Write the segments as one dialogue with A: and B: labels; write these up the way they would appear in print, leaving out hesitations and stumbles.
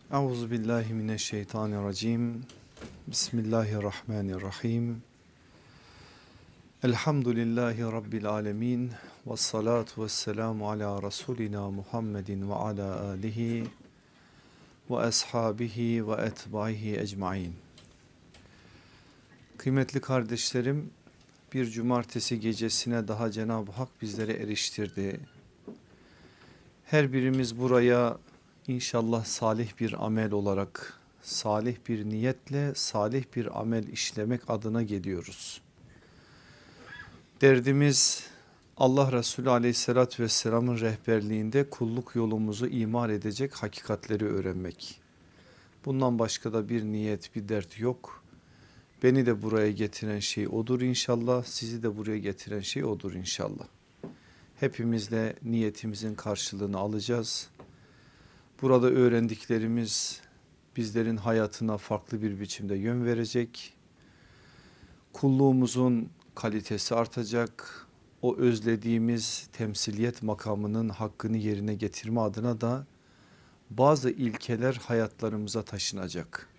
A: Euzubillahimineşşeytanirracim. Bismillahirrahmanirrahim. Elhamdülillahi Rabbil alemin. Vessalatu vesselamu ala Resulina Muhammedin ve ala alihi ve ashabihi ve etbaihi ecmain. Kıymetli kardeşlerim, bir cumartesi gecesine daha Cenab-ı Hak bizlere eriştirdi. Her birimiz buraya İnşallah salih bir amel olarak, salih bir niyetle, salih bir amel işlemek adına geliyoruz. Derdimiz Allah Resulü Aleyhisselatü Vesselam'ın rehberliğinde kulluk yolumuzu imar edecek hakikatleri öğrenmek. Bundan başka da bir niyet, bir dert yok. Beni de buraya getiren şey odur inşallah, sizi de buraya getiren şey odur inşallah. Hepimiz de niyetimizin karşılığını alacağız. Burada öğrendiklerimiz bizlerin hayatına farklı bir biçimde yön verecek. Kulluğumuzun kalitesi artacak. O özlediğimiz temsiliyet makamının hakkını yerine getirme adına da bazı ilkeler hayatlarımıza taşınacak.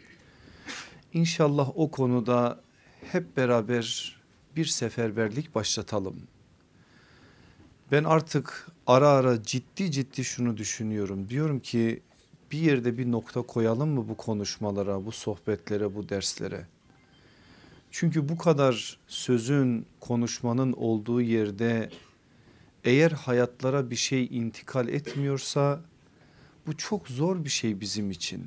A: İnşallah o konuda hep beraber bir seferberlik başlatalım. Ben artık ara ara ciddi şunu düşünüyorum. Diyorum ki bir yerde bir nokta koyalım mı bu konuşmalara, bu sohbetlere, bu derslere? Çünkü bu kadar sözün, konuşmanın olduğu yerde eğer hayatlara bir şey intikal etmiyorsa bu çok zor bir şey bizim için.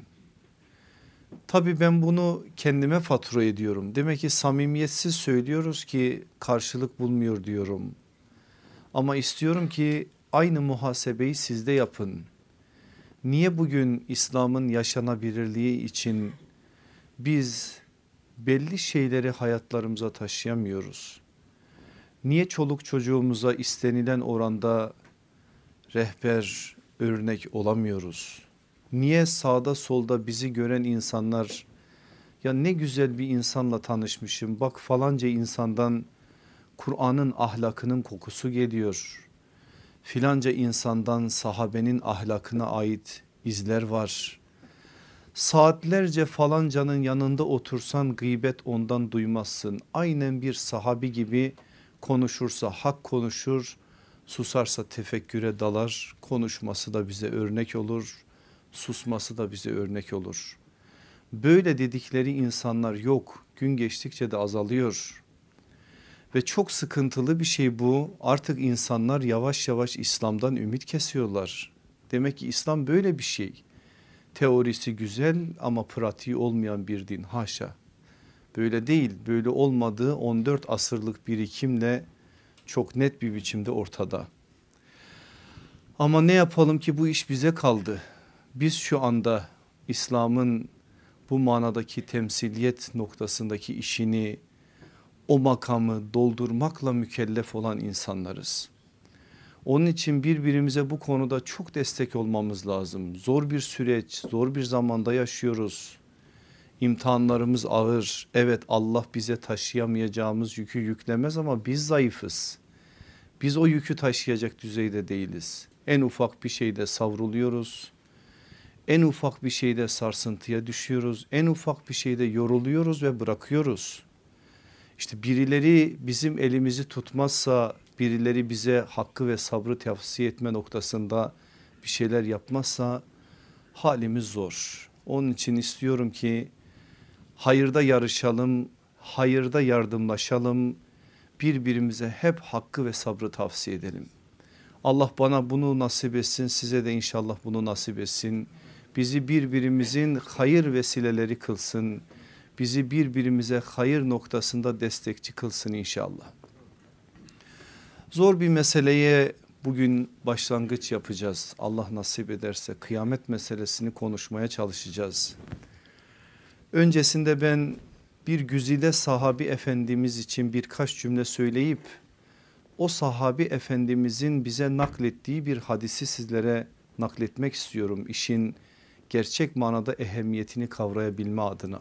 A: Tabii ben bunu kendime fatura ediyorum. Demek ki samimiyetsiz söylüyoruz ki karşılık bulmuyor diyorum. Ama istiyorum ki aynı muhasebeyi siz de yapın. Niye bugün İslam'ın yaşanabilirliği için biz belli şeyleri hayatlarımıza taşıyamıyoruz? Niye çoluk çocuğumuza istenilen oranda rehber, örnek olamıyoruz? Niye sağda solda bizi gören insanlar ya ne güzel bir insanla tanışmışım, bak falanca insandan Kur'an'ın ahlakının kokusu geliyor. Filanca insandan sahabenin ahlakına ait izler var. Saatlerce falancanın yanında otursan gıybet ondan duymazsın. Aynen bir sahabi gibi konuşursa hak konuşur, susarsa tefekküre dalar. Konuşması da bize örnek olur, susması da bize örnek olur. Böyle dedikleri insanlar yok, gün geçtikçe de azalıyor. Ve çok sıkıntılı bir şey bu. Artık insanlar yavaş yavaş İslam'dan ümit kesiyorlar. Demek ki İslam böyle bir şey. Teorisi güzel ama pratiği olmayan bir din, haşa. Böyle değil, böyle olmadığı 14 asırlık birikimle çok net bir biçimde ortada. Ama ne yapalım ki bu iş bize kaldı. Biz şu anda İslam'ın bu manadaki temsiliyet noktasındaki işini, o makamı doldurmakla mükellef olan insanlarız. Onun için birbirimize bu konuda çok destek olmamız lazım. Zor bir süreç, zor bir zamanda yaşıyoruz. İmtihanlarımız ağır. Evet, Allah bize taşıyamayacağımız yükü yüklemez ama biz zayıfız. Biz o yükü taşıyacak düzeyde değiliz. En ufak bir şeyde savruluyoruz. En ufak bir şeyde sarsıntıya düşüyoruz. En ufak bir şeyde yoruluyoruz ve bırakıyoruz. İşte birileri bizim elimizi tutmazsa, birileri bize hakkı ve sabrı tavsiye etme noktasında bir şeyler yapmazsa halimiz zor. Onun için istiyorum ki hayırda yarışalım, hayırda yardımlaşalım, birbirimize hep hakkı ve sabrı tavsiye edelim. Allah bana bunu nasip etsin, size de inşallah bunu nasip etsin. Bizi birbirimizin hayır vesileleri kılsın. Bizi birbirimize hayır noktasında destekçi kılsın inşallah. Zor bir meseleye bugün başlangıç yapacağız. Allah nasip ederse kıyamet meselesini konuşmaya çalışacağız. Öncesinde ben bir güzide sahabi efendimiz için birkaç cümle söyleyip o sahabi efendimizin bize naklettiği bir hadisi sizlere nakletmek istiyorum. İşin gerçek manada ehemmiyetini kavrayabilme adına.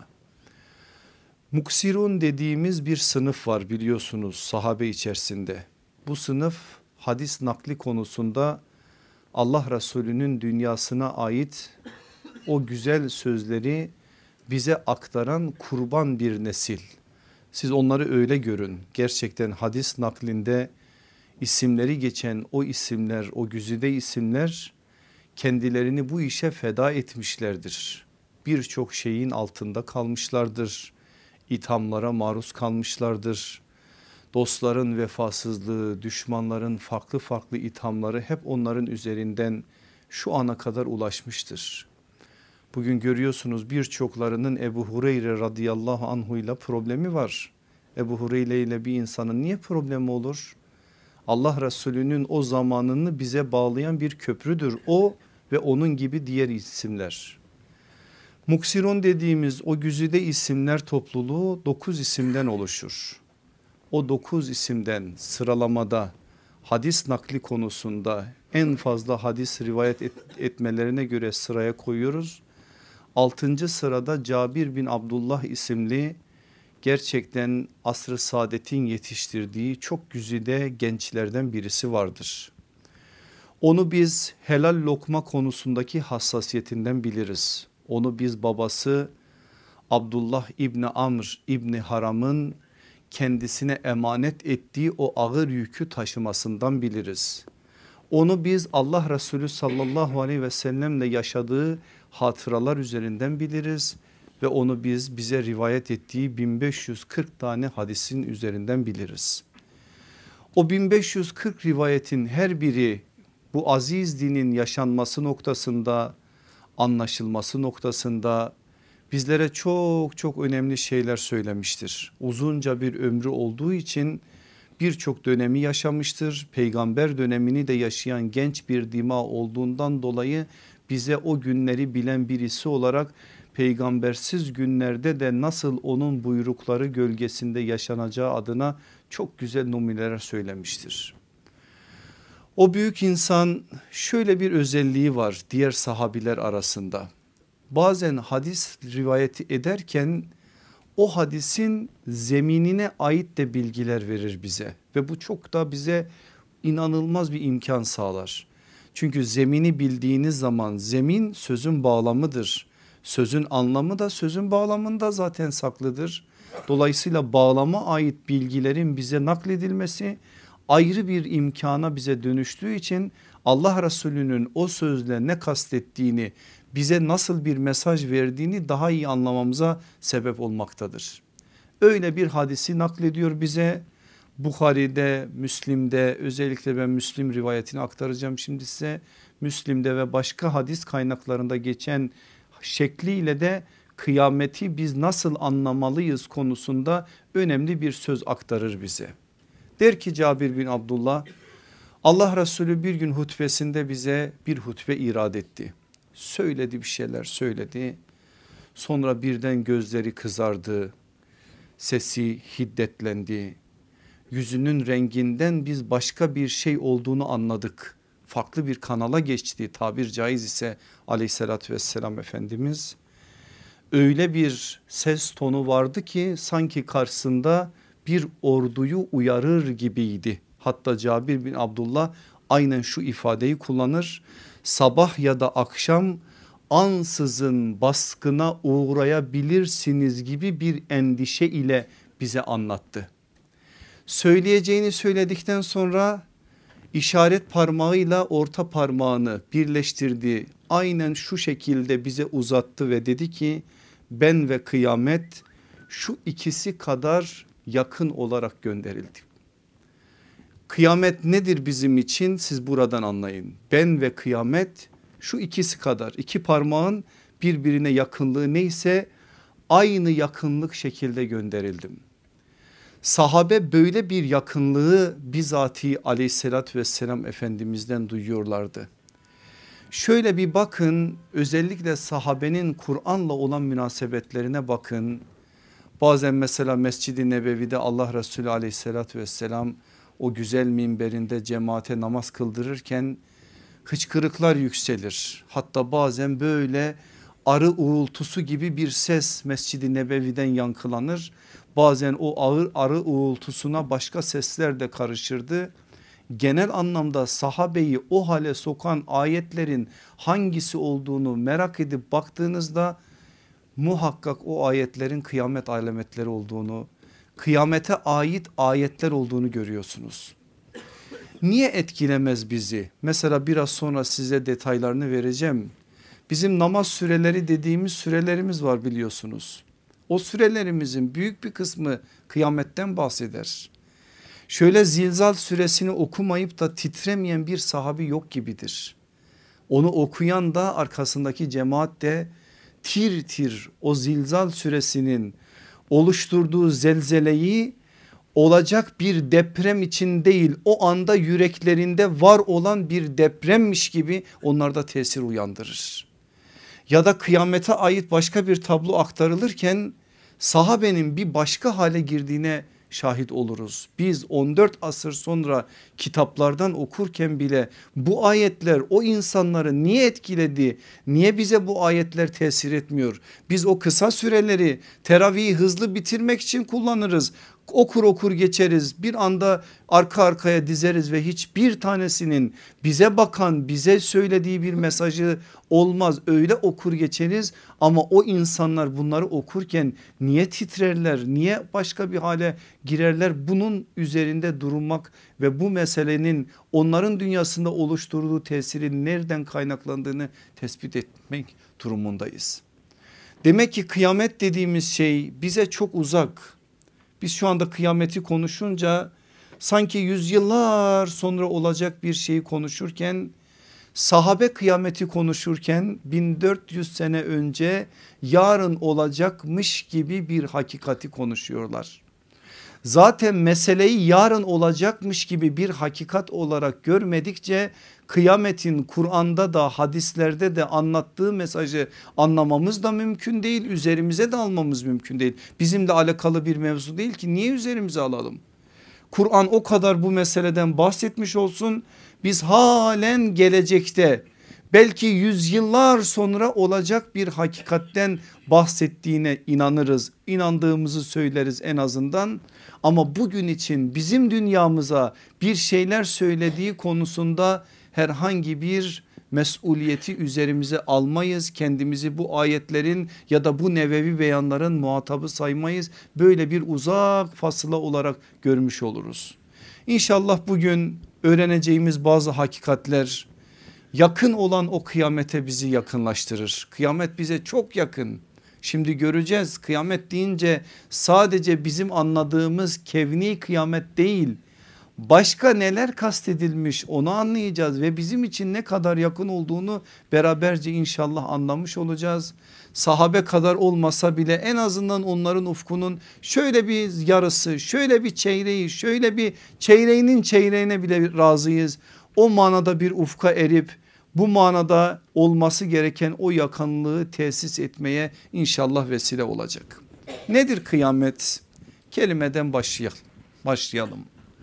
A: Muksirun dediğimiz bir sınıf var biliyorsunuz sahabe içerisinde. Bu sınıf hadis nakli konusunda Allah Resulü'nün dünyasına ait o güzel sözleri bize aktaran kurban bir nesil. Siz onları öyle görün. Gerçekten hadis naklinde isimleri geçen o isimler, o güzide isimler kendilerini bu işe feda etmişlerdir. Birçok şeyin altında kalmışlardır. İthamlara maruz kalmışlardır. Dostların vefasızlığı, düşmanların farklı farklı ithamları hep onların üzerinden şu ana kadar ulaşmıştır. Bugün görüyorsunuz birçoklarının Ebu Hureyre radıyallahu anhu ile problemi var. Ebu Hureyre ile bir insanın niye problemi olur? Allah Resulü'nün o zamanını bize bağlayan bir köprüdür o ve onun gibi diğer isimler. Muksirun dediğimiz o güzide isimler topluluğu 9 isimden oluşur. O 9 isimden sıralamada hadis nakli konusunda en fazla hadis rivayet etmelerine göre sıraya koyuyoruz. 6. sırada Cabir bin Abdullah isimli gerçekten asr-ı saadetin yetiştirdiği çok güzide gençlerden birisi vardır. Onu biz helal lokma konusundaki hassasiyetinden biliriz. Onu biz babası Abdullah İbni Amr İbni Haram'ın kendisine emanet ettiği o ağır yükü taşımasından biliriz. Onu biz Allah Resulü sallallahu aleyhi ve sellemle yaşadığı hatıralar üzerinden biliriz ve onu biz bize rivayet ettiği 1540 tane hadisin üzerinden biliriz. O 1540 rivayetin her biri bu aziz dinin yaşanması noktasında, anlaşılması noktasında bizlere çok çok önemli şeyler söylemiştir. Uzunca bir ömrü olduğu için birçok dönemi yaşamıştır. Peygamber dönemini de yaşayan genç bir dima olduğundan dolayı bize o günleri bilen birisi olarak peygambersiz günlerde de nasıl onun buyrukları gölgesinde yaşanacağı adına çok güzel numuneler söylemiştir. O büyük insan şöyle bir özelliği var diğer sahabiler arasında. Bazen hadis rivayeti ederken o hadisin zeminine ait de bilgiler verir bize ve bu çok da bize inanılmaz bir imkan sağlar. Çünkü zemini bildiğiniz zaman zemin sözün bağlamıdır. Sözün anlamı da sözün bağlamında zaten saklıdır. Dolayısıyla bağlama ait bilgilerin bize nakledilmesi ayrı bir imkana bize dönüştüğü için Allah Resulü'nün o sözle ne kastettiğini, bize nasıl bir mesaj verdiğini daha iyi anlamamıza sebep olmaktadır. Öyle bir hadisi naklediyor bize. Bukhari'de, Müslim'de, özellikle ben Müslim rivayetini aktaracağım şimdi size. Müslim'de ve başka hadis kaynaklarında geçen şekliyle de kıyameti biz nasıl anlamalıyız konusunda önemli bir söz aktarır bize. Der ki Cabir bin Abdullah, Allah Resulü bir gün hutbesinde bize bir hutbe irad etti. Söyledi, bir şeyler söyledi. Sonra birden gözleri kızardı. Sesi hiddetlendi. Yüzünün renginden biz başka bir şey olduğunu anladık. Farklı bir kanala geçti tabir caiz ise aleyhissalatü vesselam Efendimiz. Öyle bir ses tonu vardı ki sanki karşısında bir orduyu uyarır gibiydi. Hatta Cabir bin Abdullah aynen şu ifadeyi kullanır. Sabah ya da akşam ansızın baskına uğrayabilirsiniz gibi bir endişe ile bize anlattı. Söyleyeceğini söyledikten sonra işaret parmağıyla orta parmağını birleştirdi. Aynen şu şekilde bize uzattı ve dedi ki ben ve kıyamet şu ikisi kadar yakın olarak gönderildi. Kıyamet nedir bizim için siz buradan anlayın. Ben ve kıyamet şu ikisi kadar, iki parmağın birbirine yakınlığı neyse aynı yakınlık şekilde gönderildim. Sahabe böyle bir yakınlığı bizatihi aleyhissalatü vesselam Efendimiz'den duyuyorlardı. Şöyle bir bakın, özellikle sahabenin Kur'an'la olan münasebetlerine bakın. Bazen mesela Mescid-i Nebevi'de Allah Resulü aleyhissalatü vesselam o güzel minberinde cemaate namaz kıldırırken hıçkırıklar yükselir. Hatta bazen böyle arı uğultusu gibi bir ses Mescid-i Nebevi'den yankılanır. Bazen o ağır arı uğultusuna başka sesler de karışırdı. genel anlamda sahabeyi o hale sokan ayetlerin hangisi olduğunu merak edip baktığınızda muhakkak o ayetlerin kıyamet alametleri olduğunu, kıyamete ait ayetler olduğunu görüyorsunuz. Niye etkilemez bizi? Mesela biraz sonra size detaylarını vereceğim. Bizim namaz süreleri dediğimiz sürelerimiz var biliyorsunuz. O sürelerimizin büyük bir kısmı kıyametten bahseder. Şöyle Zilzal suresini okumayıp da titremeyen bir sahabi yok gibidir. Onu okuyan da arkasındaki cemaat de tir tir o Zilzal suresinin oluşturduğu zelzeleyi olacak bir deprem için değil, o anda yüreklerinde var olan bir depremmiş gibi onlarda tesir uyandırır. Ya da kıyamete ait başka bir tablo aktarılırken sahabenin bir başka hale girdiğine şahit oluruz. Biz 14 asır sonra kitaplardan okurken bile bu ayetler o insanları niye etkiledi? Niye bize bu ayetler tesir etmiyor? Biz o kısa süreleri teravihi hızlı bitirmek için kullanırız. Okur okur geçeriz, bir anda arka arkaya dizeriz ve hiçbir tanesinin bize bakan, bize söylediği bir mesajı olmaz, öyle okur geçeriz. Ama o insanlar bunları okurken niye titrerler, niye başka bir hale girerler? Bunun üzerinde durmak ve bu meselenin onların dünyasında oluşturduğu tesirin nereden kaynaklandığını tespit etmek durumundayız. Demek ki kıyamet dediğimiz şey bize çok uzak. Biz şu anda kıyameti konuşunca sanki yüzyıllar sonra olacak bir şeyi konuşurken, sahabe kıyameti konuşurken 1400 sene önce yarın olacakmış gibi bir hakikati konuşuyorlar. Zaten meseleyi yarın olacakmış gibi bir hakikat olarak görmedikçe kıyametin Kur'an'da da hadislerde de anlattığı mesajı anlamamız da mümkün değil. Üzerimize de almamız mümkün değil. Bizimle alakalı bir mevzu değil ki, niye üzerimize alalım? Kur'an o kadar bu meseleden bahsetmiş olsun, biz halen gelecekte belki yüzyıllar sonra olacak bir hakikatten bahsettiğine inanırız. İnandığımızı söyleriz en azından. Ama bugün için bizim dünyamıza bir şeyler söylediği konusunda herhangi bir mesuliyeti üzerimize almayız. Kendimizi bu ayetlerin ya da bu nebevi beyanların muhatabı saymayız. Böyle bir uzak fasıla olarak görmüş oluruz. İnşallah bugün öğreneceğimiz bazı hakikatler yakın olan o kıyamete bizi yakınlaştırır. Kıyamet bize çok yakın. Şimdi göreceğiz, kıyamet deyince sadece bizim anladığımız kevni kıyamet değil, başka neler kastedilmiş onu anlayacağız ve bizim için ne kadar yakın olduğunu beraberce inşallah anlamış olacağız. Sahabe kadar olmasa bile en azından onların ufkunun şöyle bir yarısı, şöyle bir çeyreği, şöyle bir çeyreğinin çeyreğine bile razıyız. O manada bir ufka erip bu manada olması gereken o yakınlığı tesis etmeye inşallah vesile olacak. Nedir kıyamet? Kelimeden başlayalım.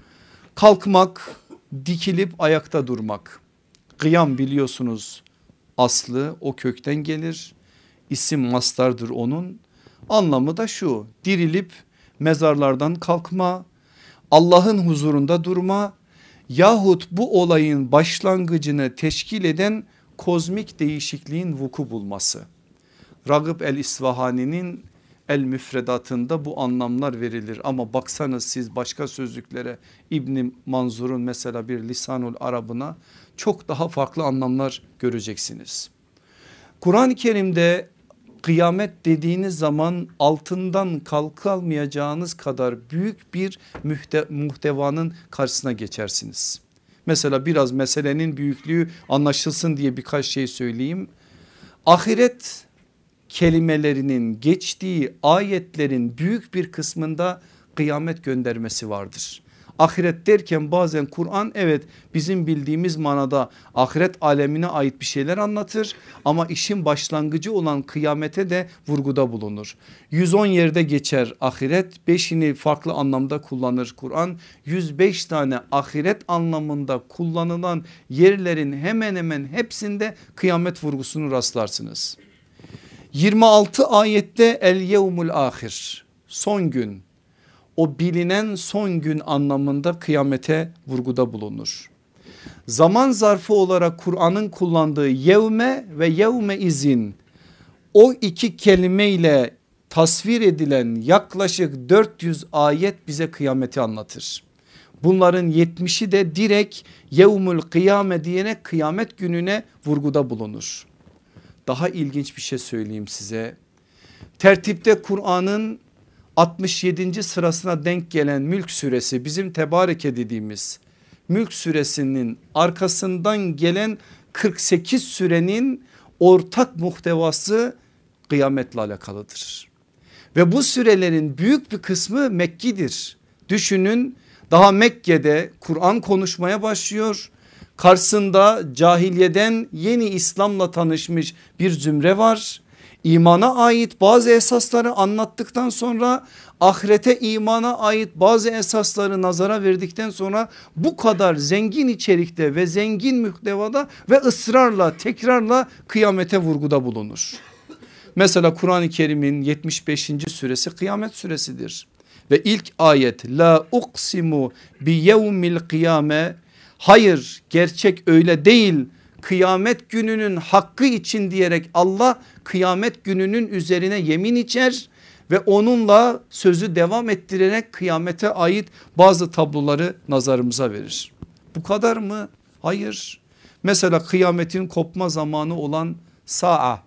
A: Kalkmak, dikilip ayakta durmak. Kıyam biliyorsunuz aslı o kökten gelir. İsim mastardır onun. Anlamı da şu: dirilip mezarlardan kalkma, Allah'ın huzurunda durma yahut bu olayın başlangıcını teşkil eden kozmik değişikliğin vuku bulması. Ragıp el-İsvahani'nin El Müfredatında bu anlamlar verilir ama baksanız siz başka sözlüklere, İbn Manzur'un mesela bir Lisanul Arab'ına çok daha farklı anlamlar göreceksiniz. Kur'an-ı Kerim'de kıyamet dediğiniz zaman altından kalkamayacağınız kadar büyük bir muhtevanın karşısına geçersiniz. Mesela biraz meselenin büyüklüğü anlaşılsın diye birkaç şey söyleyeyim. Ahiret kelimelerinin geçtiği ayetlerin büyük bir kısmında kıyamet göndermesi vardır. Ahiret derken bazen Kur'an evet bizim bildiğimiz manada ahiret alemine ait bir şeyler anlatır ama işin başlangıcı olan kıyamete de vurguda bulunur. 110 yerde geçer ahiret, 5'ini farklı anlamda kullanır Kur'an. 105 tane ahiret anlamında kullanılan yerlerin hemen hemen hepsinde kıyamet vurgusunu rastlarsınız. 26 ayette el yevmul ahir, son gün. o bilinen son gün anlamında kıyamete vurguda bulunur. Zaman zarfı olarak Kur'an'ın kullandığı yevme ve yevme izin, o iki kelimeyle tasvir edilen yaklaşık 400 ayet bize kıyameti anlatır. Bunların 70'i de direkt yevmül kıyame diyerek kıyamet gününe vurguda bulunur. Daha ilginç bir şey söyleyeyim size. Tertipte Kur'an'ın 67. sırasına denk gelen Mülk suresi, bizim Tebareke dediğimiz Mülk suresinin arkasından gelen 48 sürenin ortak muhtevası kıyametle alakalıdır. Ve bu sürelerin büyük bir kısmı Mekki'dir. Düşünün, daha Mekke'de Kur'an konuşmaya başlıyor. Karşısında cahiliyeden yeni İslam'la tanışmış bir zümre var. İmana ait bazı esasları anlattıktan sonra, ahirete imana ait bazı esasları nazara verdikten sonra bu kadar zengin içerikte ve zengin muhtevada ve ısrarla, tekrarla kıyamete vurguda bulunur. Mesela Kur'an-ı Kerim'in 75. suresi kıyamet suresidir. Ve ilk ayet la uksimu bi yevmil kıyame, hayır gerçek öyle değil, kıyamet gününün hakkı için diyerek Allah kıyamet gününün üzerine yemin içer ve onunla sözü devam ettirerek kıyamete ait bazı tabloları nazarımıza verir. Bu kadar mı? Hayır. Mesela kıyametin kopma zamanı olan sa'a,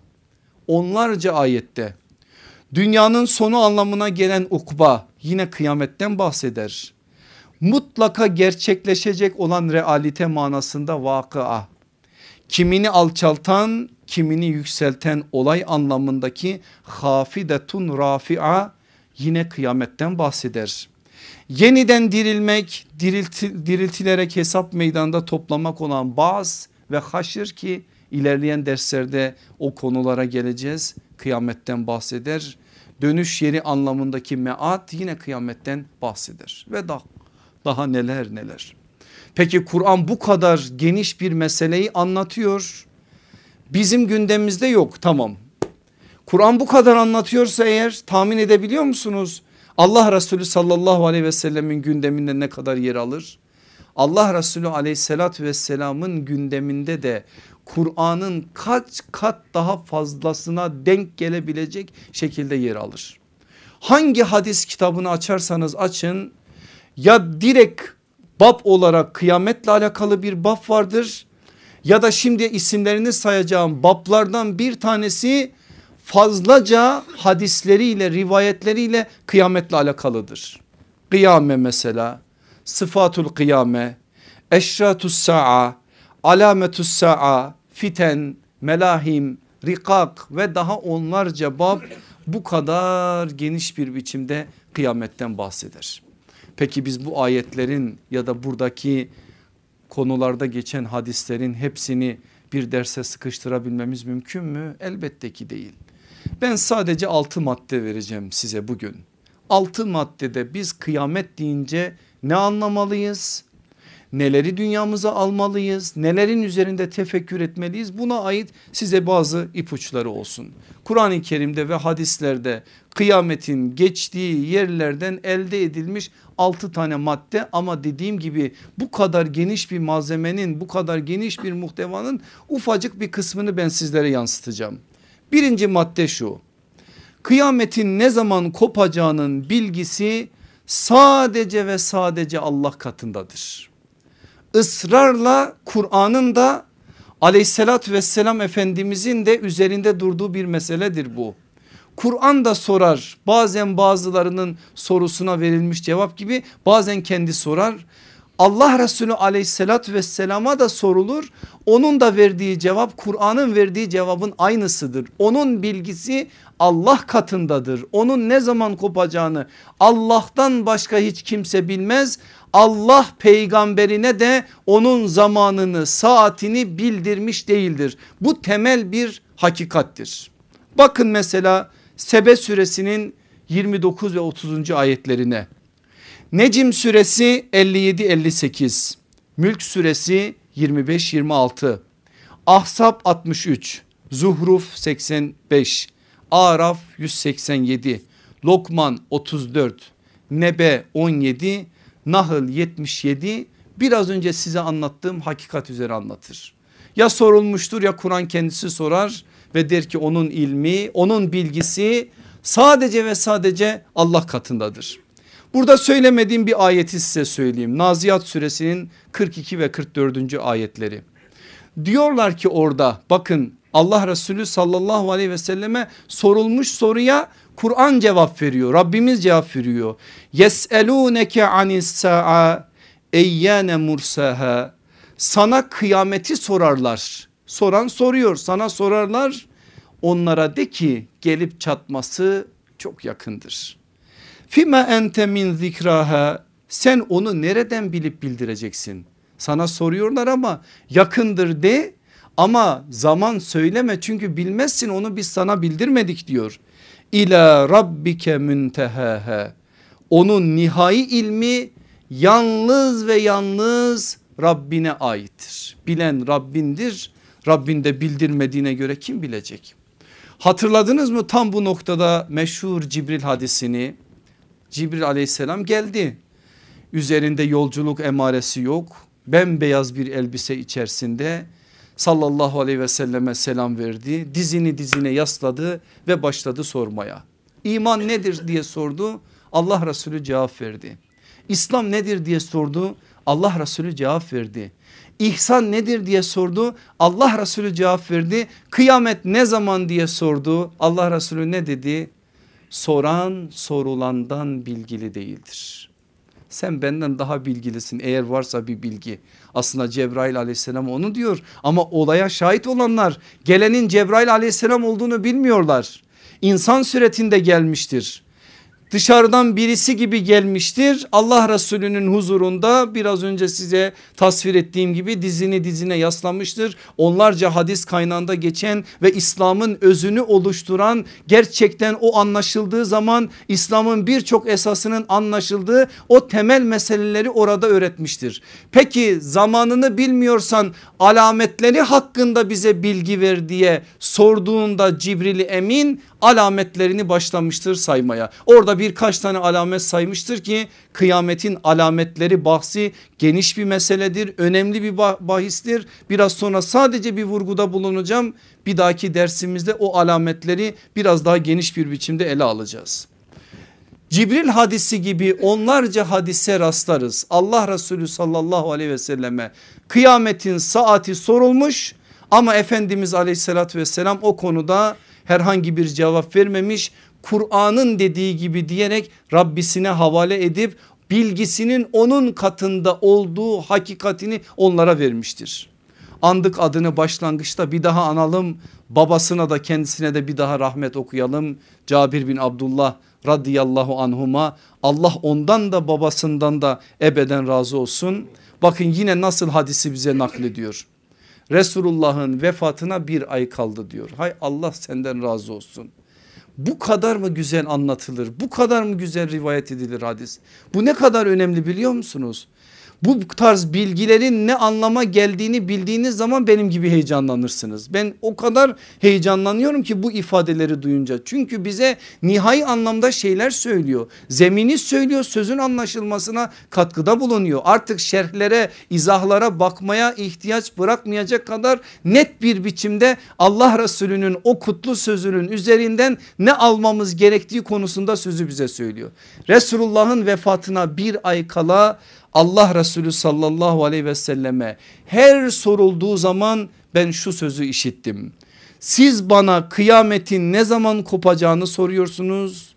A: onlarca ayette. Dünyanın sonu anlamına gelen ukba, yine kıyametten bahseder. Mutlaka gerçekleşecek olan realite manasında vakıa, kimini alçaltan kimini yükselten olay anlamındaki hafidetun rafi'a, yine kıyametten bahseder. Yeniden dirilmek, diriltilerek hesap meydanında toplamak olan baz ve haşr, ki ilerleyen derslerde o konulara geleceğiz, kıyametten bahseder. Dönüş yeri anlamındaki meat, yine kıyametten bahseder ve daha neler neler. Peki Kur'an bu kadar geniş bir meseleyi anlatıyor. Bizim gündemimizde yok, tamam. Kur'an bu kadar anlatıyorsa eğer, tahmin edebiliyor musunuz? Allah Resulü sallallahu aleyhi ve sellemin gündeminde ne kadar yer alır? Allah Resulü aleyhissalatü vesselamın gündeminde de Kur'an'ın kaç kat daha fazlasına denk gelebilecek şekilde yer alır. Hangi hadis kitabını açarsanız açın, ya direkt bab olarak kıyametle alakalı bir bab vardır, ya da şimdi isimlerini sayacağım bablardan bir tanesi fazlaca hadisleriyle, rivayetleriyle kıyametle alakalıdır. Kıyame mesela, sıfatul kıyame, eşratus sa'a, alametus sa'a, fiten, melahim, rikak ve daha onlarca bab bu kadar geniş bir biçimde kıyametten bahseder. Peki biz bu ayetlerin ya da buradaki konularda geçen hadislerin hepsini bir derse sıkıştırabilmemiz mümkün mü? Elbette ki değil. Ben sadece 6 madde vereceğim size bugün. 6 maddede biz kıyamet deyince ne anlamalıyız? Neleri dünyamıza almalıyız? Nelerin üzerinde tefekkür etmeliyiz? Buna ait size bazı ipuçları olsun. Kur'an-ı Kerim'de ve hadislerde kıyametin geçtiği yerlerden elde edilmiş 6 tane madde, ama dediğim gibi bu kadar geniş bir malzemenin, bu kadar geniş bir muhtevanın ufacık bir kısmını ben sizlere yansıtacağım. Birinci madde şu: kıyametin ne zaman kopacağının bilgisi sadece ve sadece Allah katındadır. Israrla Kur'an'ın da aleyhissalatü vesselam Efendimizin de üzerinde durduğu bir meseledir bu. Kur'an da sorar, bazen bazılarının sorusuna verilmiş cevap gibi, bazen kendi sorar. Allah Resulü aleyhissalatü vesselama da sorulur. Onun da verdiği cevap Kur'an'ın verdiği cevabın aynısıdır. Onun bilgisi Allah katındadır. Onun ne zaman kopacağını Allah'tan başka hiç kimse bilmez. Allah peygamberine de onun zamanını, saatini bildirmiş değildir. Bu temel bir hakikattir. Bakın mesela Sebe suresinin 29 ve 30. ayetlerine. Necm suresi 57-58, Mülk suresi 25-26, Ahzab 63, Zuhruf 85, Araf 187, Lokman 34, Nebe 17, Nahl 77 biraz önce size anlattığım hakikat üzere anlatır. Ya sorulmuştur ya Kur'an kendisi sorar ve der ki onun ilmi, onun bilgisi sadece ve sadece Allah katındadır. Burada söylemediğim bir ayeti size söyleyeyim. Naziyat suresinin 42 ve 44. ayetleri. Diyorlar ki orada bakın Allah Resulü sallallahu aleyhi ve selleme sorulmuş soruya Kur'an cevap veriyor. Rabbimiz cevap veriyor. Yes'elûneke anis-sa'a eyyâne mursaha. Sana kıyameti sorarlar. Soran soruyor, sana sorarlar. Onlara de ki gelip çatması çok yakındır. Fime ente min zikraha. Sen onu nereden bilip bildireceksin? Sana soruyorlar ama yakındır de, ama zaman söyleme çünkü bilmezsin, onu biz sana bildirmedik diyor. İlâ rabbike müntehaha. Onun nihai ilmi yalnız ve yalnız Rabbine aittir. Bilen Rabbindir. Rabbin de bildirmediğine göre kim bilecek? Hatırladınız mı tam bu noktada meşhur Cibril hadisini? Cibril aleyhisselam geldi. Üzerinde yolculuk emaresi yok. Bembeyaz bir elbise içerisinde sallallahu aleyhi ve selleme selam verdi. Dizini dizine yasladı ve başladı sormaya. İman nedir diye sordu. Allah Resulü cevap verdi. İslam nedir diye sordu. Allah Resulü cevap verdi. İhsan nedir diye sordu. Allah Resulü cevap verdi. Kıyamet ne zaman diye sordu. Allah Resulü ne dedi? Soran sorulandan bilgili değildir. Sen benden daha bilgilisin eğer varsa bir bilgi. Aslında Cebrail aleyhisselam onu diyor ama olaya şahit olanlar gelenin Cebrail aleyhisselam olduğunu bilmiyorlar. İnsan suretinde gelmiştir. Dışarıdan birisi gibi gelmiştir. Allah Resulü'nün huzurunda biraz önce size tasvir ettiğim gibi dizini dizine yaslamıştır. Onlarca hadis kaynağında geçen ve İslam'ın özünü oluşturan, gerçekten o anlaşıldığı zaman İslam'ın birçok esasının anlaşıldığı o temel meseleleri orada öğretmiştir. Peki zamanını bilmiyorsan alametleri hakkında bize bilgi ver diye sorduğunda Cibril-i Emin alametlerini başlamıştır saymaya. Orada birkaç tane alamet saymıştır ki kıyametin alametleri bahsi geniş bir meseledir. Önemli bir bahistir. Biraz sonra sadece bir vurguda bulunacağım. Bir dahaki dersimizde o alametleri biraz daha geniş bir biçimde ele alacağız. Cibril hadisi gibi onlarca hadise rastlarız. Allah Resulü sallallahu aleyhi ve selleme kıyametin saati sorulmuş ama Efendimiz aleyhissalatü vesselam o konuda herhangi bir cevap vermemiş. Kur'an'ın dediği gibi diyerek Rabbisine havale edip bilgisinin onun katında olduğu hakikatini onlara vermiştir. Andık adını başlangıçta, bir daha analım, babasına da kendisine de bir daha rahmet okuyalım. Cabir bin Abdullah radıyallahu anhuma, Allah ondan da babasından da ebeden razı olsun. Bakın yine nasıl hadisi bize naklediyor. Resulullah'ın vefatına bir ay kaldı diyor. Hay Allah senden razı olsun. Bu kadar mı güzel anlatılır? Bu kadar mı güzel rivayet edilir hadis? Bu ne kadar önemli biliyor musunuz? Bu tarz bilgilerin ne anlama geldiğini bildiğiniz zaman benim gibi heyecanlanırsınız. Ben o kadar heyecanlanıyorum ki bu ifadeleri duyunca. Çünkü bize nihai anlamda şeyler söylüyor. Zemini söylüyor, sözün anlaşılmasına katkıda bulunuyor. Artık şerhlere, izahlara bakmaya ihtiyaç bırakmayacak kadar net bir biçimde Allah Resulü'nün o kutlu sözünün üzerinden ne almamız gerektiği konusunda sözü bize söylüyor. Resulullah'ın vefatına bir ay kala Allah Resulü sallallahu aleyhi ve selleme her sorulduğu zaman ben şu sözü işittim. Siz bana kıyametin ne zaman kopacağını soruyorsunuz.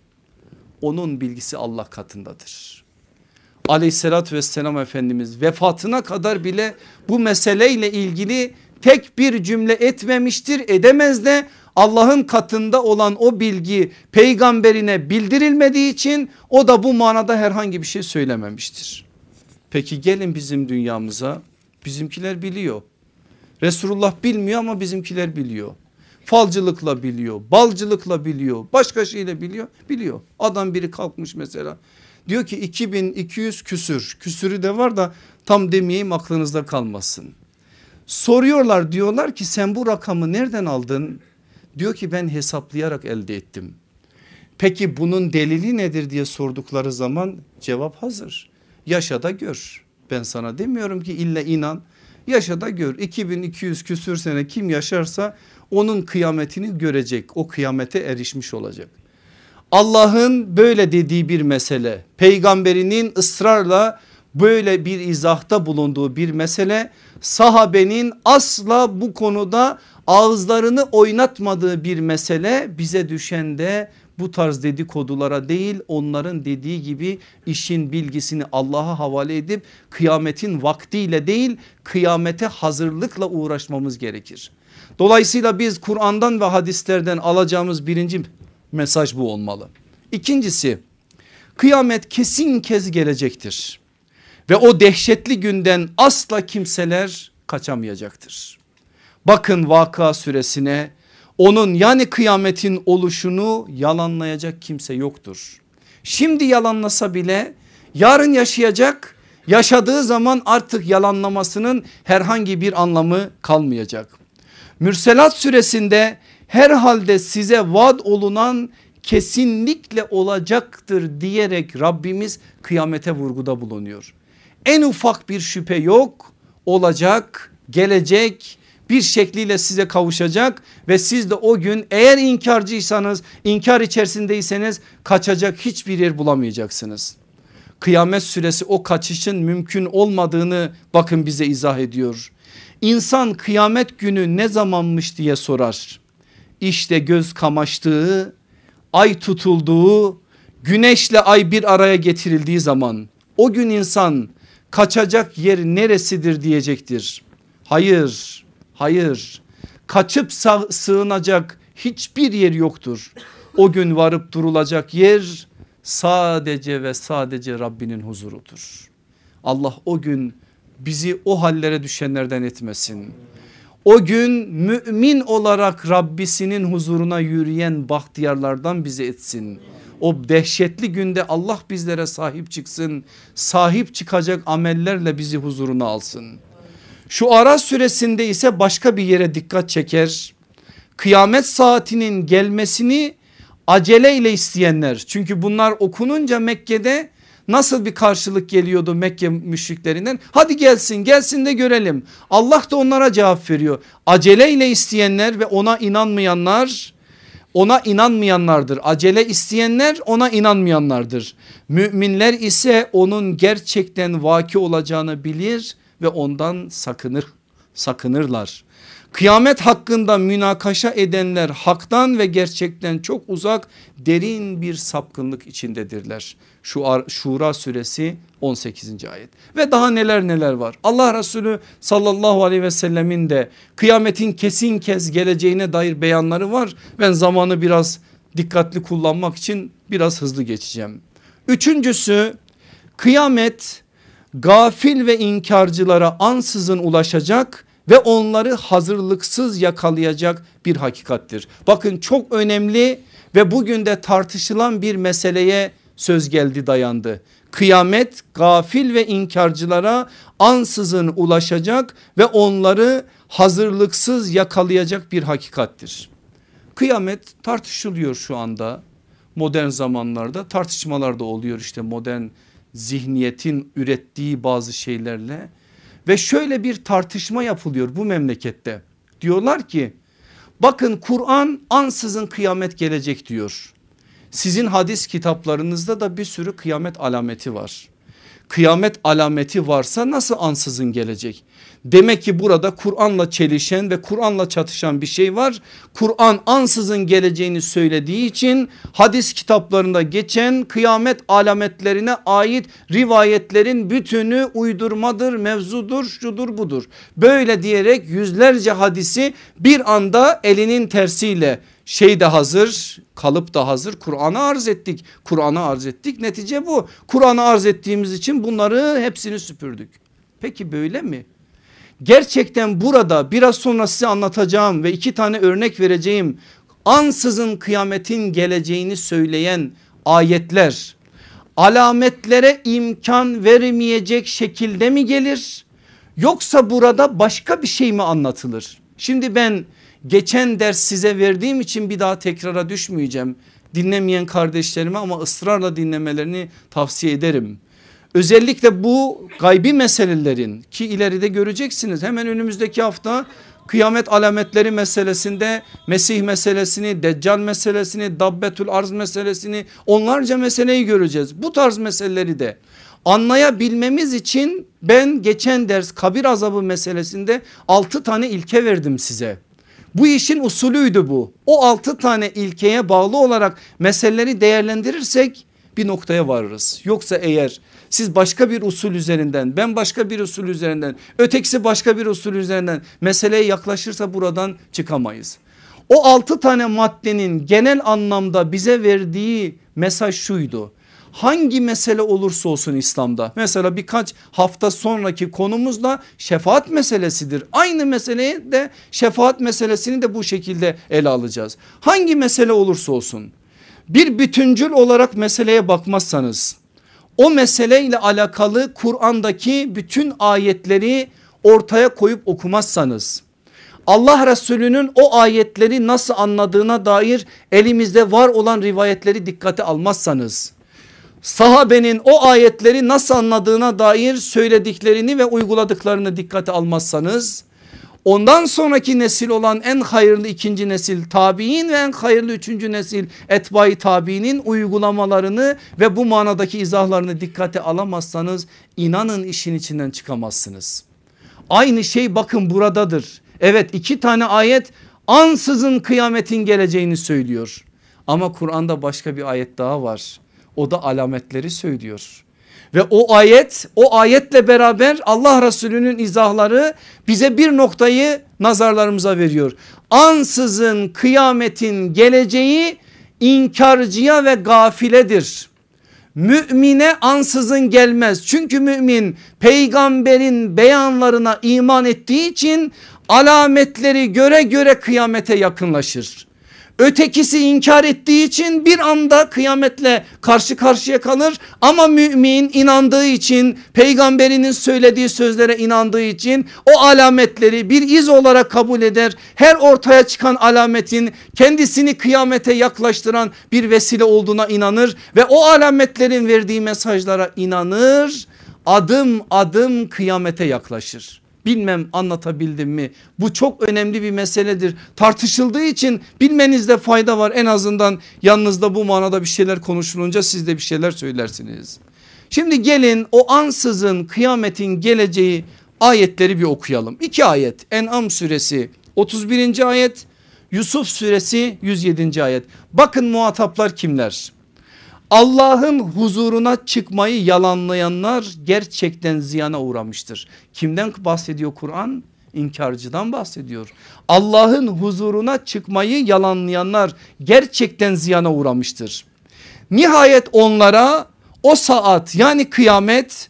A: Onun bilgisi Allah katındadır. Aleyhissalatü vesselam Efendimiz vefatına kadar bile bu meseleyle ilgili tek bir cümle etmemiştir, edemez de. Allah'ın katında olan o bilgi peygamberine bildirilmediği için o da bu manada herhangi bir şey söylememiştir. Peki gelin bizim dünyamıza, bizimkiler biliyor. Resulullah bilmiyor ama bizimkiler biliyor. Falcılıkla biliyor, balcılıkla biliyor, başka şeyle biliyor. Adam biri kalkmış mesela diyor ki 2200 küsür, küsürü de var da tam demeyeyim aklınızda kalmasın. Soruyorlar, diyorlar ki sen bu rakamı nereden aldın? Diyor ki ben hesaplayarak elde ettim. Peki bunun delili nedir diye sordukları zaman cevap hazır. Yaşa da gör. Ben sana demiyorum ki illa inan. Yaşa da gör. 2200 küsür sene kim yaşarsa onun kıyametini görecek. O kıyamete erişmiş olacak. Allah'ın böyle dediği bir mesele, peygamberinin ısrarla böyle bir izahta bulunduğu bir mesele, sahabenin asla bu konuda ağızlarını oynatmadığı bir mesele. Bize düşen de bu tarz dedikodulara değil, onların dediği gibi işin bilgisini Allah'a havale edip kıyametin vaktiyle değil, kıyamete hazırlıkla uğraşmamız gerekir. Dolayısıyla biz Kur'an'dan ve hadislerden alacağımız birinci mesaj bu olmalı. İkincisi, kıyamet kesin kez gelecektir ve o dehşetli günden asla kimseler kaçamayacaktır. Bakın Vakıa suresine, onun yani kıyametin oluşunu yalanlayacak kimse yoktur. Şimdi yalanlasa bile yarın yaşayacak, yaşadığı zaman artık yalanlamasının herhangi bir anlamı kalmayacak. Mürselat suresinde herhalde size vaat olunan kesinlikle olacaktır diyerek Rabbimiz kıyamete vurguda bulunuyor. En ufak bir şüphe yok, olacak, gelecek, bir şekliyle size kavuşacak ve siz de o gün eğer inkarcıysanız, inkar içerisindeyseniz kaçacak hiçbir yer bulamayacaksınız. Kıyamet suresi o kaçışın mümkün olmadığını bakın bize izah ediyor. İnsan kıyamet günü ne zamanmış diye sorar. İşte göz kamaştığı, ay tutulduğu, güneşle ay bir araya getirildiği zaman o gün insan kaçacak yer neresidir diyecektir. Hayır, hayır, kaçıp sığınacak hiçbir yer yoktur. O gün varıp durulacak yer sadece ve sadece Rabbinin huzurudur. Allah o gün bizi o hallere düşenlerden etmesin. O gün mümin olarak Rabbisinin huzuruna yürüyen bahtiyarlardan bizi etsin. O dehşetli günde Allah bizlere sahip çıksın. Sahip çıkacak amellerle bizi huzuruna alsın. Şu Araf suresinde ise başka bir yere dikkat çeker. Kıyamet saatinin gelmesini aceleyle isteyenler. Çünkü bunlar okununca Mekke'de nasıl bir karşılık geliyordu Mekke müşriklerinden? Hadi gelsin, gelsin de görelim. Allah da onlara cevap veriyor. Aceleyle isteyenler ve ona inanmayanlar, ona inanmayanlardır. Acele isteyenler ona inanmayanlardır. Müminler ise onun gerçekten vaki olacağını bilir ve ondan sakınırlar. Kıyamet hakkında münakaşa edenler haktan ve gerçekten çok uzak, derin bir sapkınlık içindedirler. Şura suresi 18. ayet ve daha neler neler var. Allah Resulü sallallahu aleyhi ve sellemin de kıyametin kesin kez geleceğine dair beyanları var. Ben zamanı biraz dikkatli kullanmak için biraz hızlı geçeceğim. Üçüncüsü, kıyamet gafil ve inkarcılara ansızın ulaşacak ve onları hazırlıksız yakalayacak bir hakikattir. Bakın çok önemli ve bugün de tartışılan bir meseleye söz geldi, dayandı. Kıyamet gafil ve inkarcılara ansızın ulaşacak ve onları hazırlıksız yakalayacak bir hakikattir. Kıyamet tartışılıyor şu anda, modern zamanlarda tartışmalar da oluyor işte modern zihniyetin ürettiği bazı şeylerle. Ve şöyle bir tartışma yapılıyor bu memlekette. Diyorlar ki bakın Kur'an ansızın kıyamet gelecek diyor. Sizin hadis kitaplarınızda da bir sürü kıyamet alameti var. Kıyamet alameti varsa nasıl ansızın gelecek? Demek ki burada Kur'an'la çelişen ve Kur'an'la çatışan bir şey var. Kur'an ansızın geleceğini söylediği için hadis kitaplarında geçen kıyamet alametlerine ait rivayetlerin bütünü uydurmadır, mevzudur, şudur budur. Böyle diyerek yüzlerce hadisi bir anda elinin tersiyle şey de hazır, kalıp da hazır, Kur'an'a arz ettik. Kur'an'a arz ettik, netice bu. Kur'an'a arz ettiğimiz için bunları hepsini süpürdük. Peki böyle mi? Gerçekten burada biraz sonra size anlatacağım ve 2 tane örnek vereceğim ansızın kıyametin geleceğini söyleyen ayetler alametlere imkan vermeyecek şekilde mi gelir? Yoksa burada başka bir şey mi anlatılır? Şimdi ben Geçen ders size verdiğim için bir daha tekrara düşmeyeceğim. Dinlemeyen kardeşlerime ama ısrarla dinlemelerini tavsiye ederim. Özellikle bu gaybi meselelerin ki ileride göreceksiniz, hemen önümüzdeki hafta kıyamet alametleri meselesinde Mesih meselesini, Deccal meselesini, Dabbetül Arz meselesini, onlarca meseleyi göreceğiz. Bu tarz meseleleri de anlayabilmemiz için ben geçen ders kabir azabı meselesinde 6 tane ilke verdim size. Bu işin usulüydü bu. O 6 tane ilkeye bağlı olarak meseleleri değerlendirirsek bir noktaya varırız. Yoksa eğer siz başka bir usul üzerinden, ben başka bir usul üzerinden, ötekisi başka bir usul üzerinden meseleye yaklaşırsa buradan çıkamayız. O 6 tane maddenin genel anlamda bize verdiği mesaj şuydu: hangi mesele olursa olsun İslam'da, mesela birkaç hafta sonraki konumuz da şefaat meselesidir. Aynı meseleyi de, şefaat meselesini de bu şekilde ele alacağız. Hangi mesele olursa olsun bir bütüncül olarak meseleye bakmazsanız, o meseleyle alakalı Kur'an'daki bütün ayetleri ortaya koyup okumazsanız, Allah Resulü'nün o ayetleri nasıl anladığına dair elimizde var olan rivayetleri dikkate almazsanız, sahabenin o ayetleri nasıl anladığına dair söylediklerini ve uyguladıklarını dikkate almazsanız, ondan sonraki nesil olan en hayırlı ikinci nesil tabi'in ve en hayırlı üçüncü nesil etbai tabi'nin uygulamalarını ve bu manadaki izahlarını dikkate alamazsanız inanın işin içinden çıkamazsınız. Aynı şey bakın buradadır. Evet, 2 tane ayet ansızın kıyametin geleceğini söylüyor. Ama Kur'an'da başka bir ayet daha var. O da alametleri söylüyor. Ve o ayetle beraber Allah Resulü'nün izahları bize bir noktayı nazarlarımıza veriyor. Ansızın kıyametin geleceği inkarcıya ve gafiledir. Mümine ansızın gelmez. Çünkü mümin peygamberin beyanlarına iman ettiği için alametleri göre göre kıyamete yakınlaşır. Ötekisi inkar ettiği için bir anda kıyametle karşı karşıya kalır, ama mümin inandığı için, peygamberinin söylediği sözlere inandığı için o alametleri bir iz olarak kabul eder. Her ortaya çıkan alametin kendisini kıyamete yaklaştıran bir vesile olduğuna inanır ve o alametlerin verdiği mesajlara inanır. Adım adım kıyamete yaklaşır. Bilmem anlatabildim mi? Bu çok önemli bir meseledir. Tartışıldığı için bilmenizde fayda var. En azından yanınızda bu manada bir şeyler konuşulunca siz de bir şeyler söylersiniz. Şimdi gelin o ansızın kıyametin geleceği ayetleri bir okuyalım. 2 ayet: En'am suresi 31. ayet, Yusuf suresi 107. ayet. Bakın muhataplar kimler? Allah'ın huzuruna çıkmayı yalanlayanlar gerçekten ziyana uğramıştır. Kimden bahsediyor Kur'an? İnkarcıdan bahsediyor. Allah'ın huzuruna çıkmayı yalanlayanlar gerçekten ziyana uğramıştır. Nihayet onlara o saat, yani kıyamet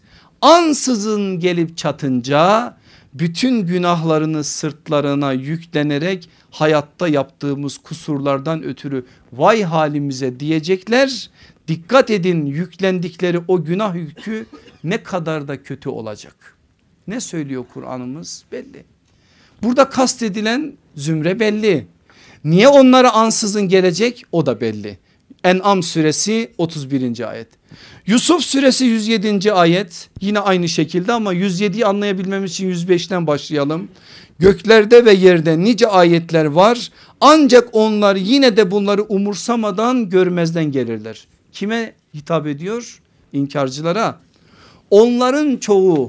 A: ansızın gelip çatınca bütün günahlarını sırtlarına yüklenerek hayatta yaptığımız kusurlardan ötürü vay halimize diyecekler. Dikkat edin, yüklendikleri o günah yükü ne kadar da kötü olacak. Ne söylüyor Kur'an'ımız? Belli. Burada kastedilen zümre belli. Niye onlara ansızın gelecek? O da belli. En'am suresi 31. ayet. Yusuf suresi 107. ayet yine aynı şekilde, ama 107'yi anlayabilmemiz için 105'ten başlayalım. Göklerde ve yerde nice ayetler var, ancak onlar yine de bunları umursamadan görmezden gelirler. Kime hitap ediyor? İnkarcılara. Onların çoğu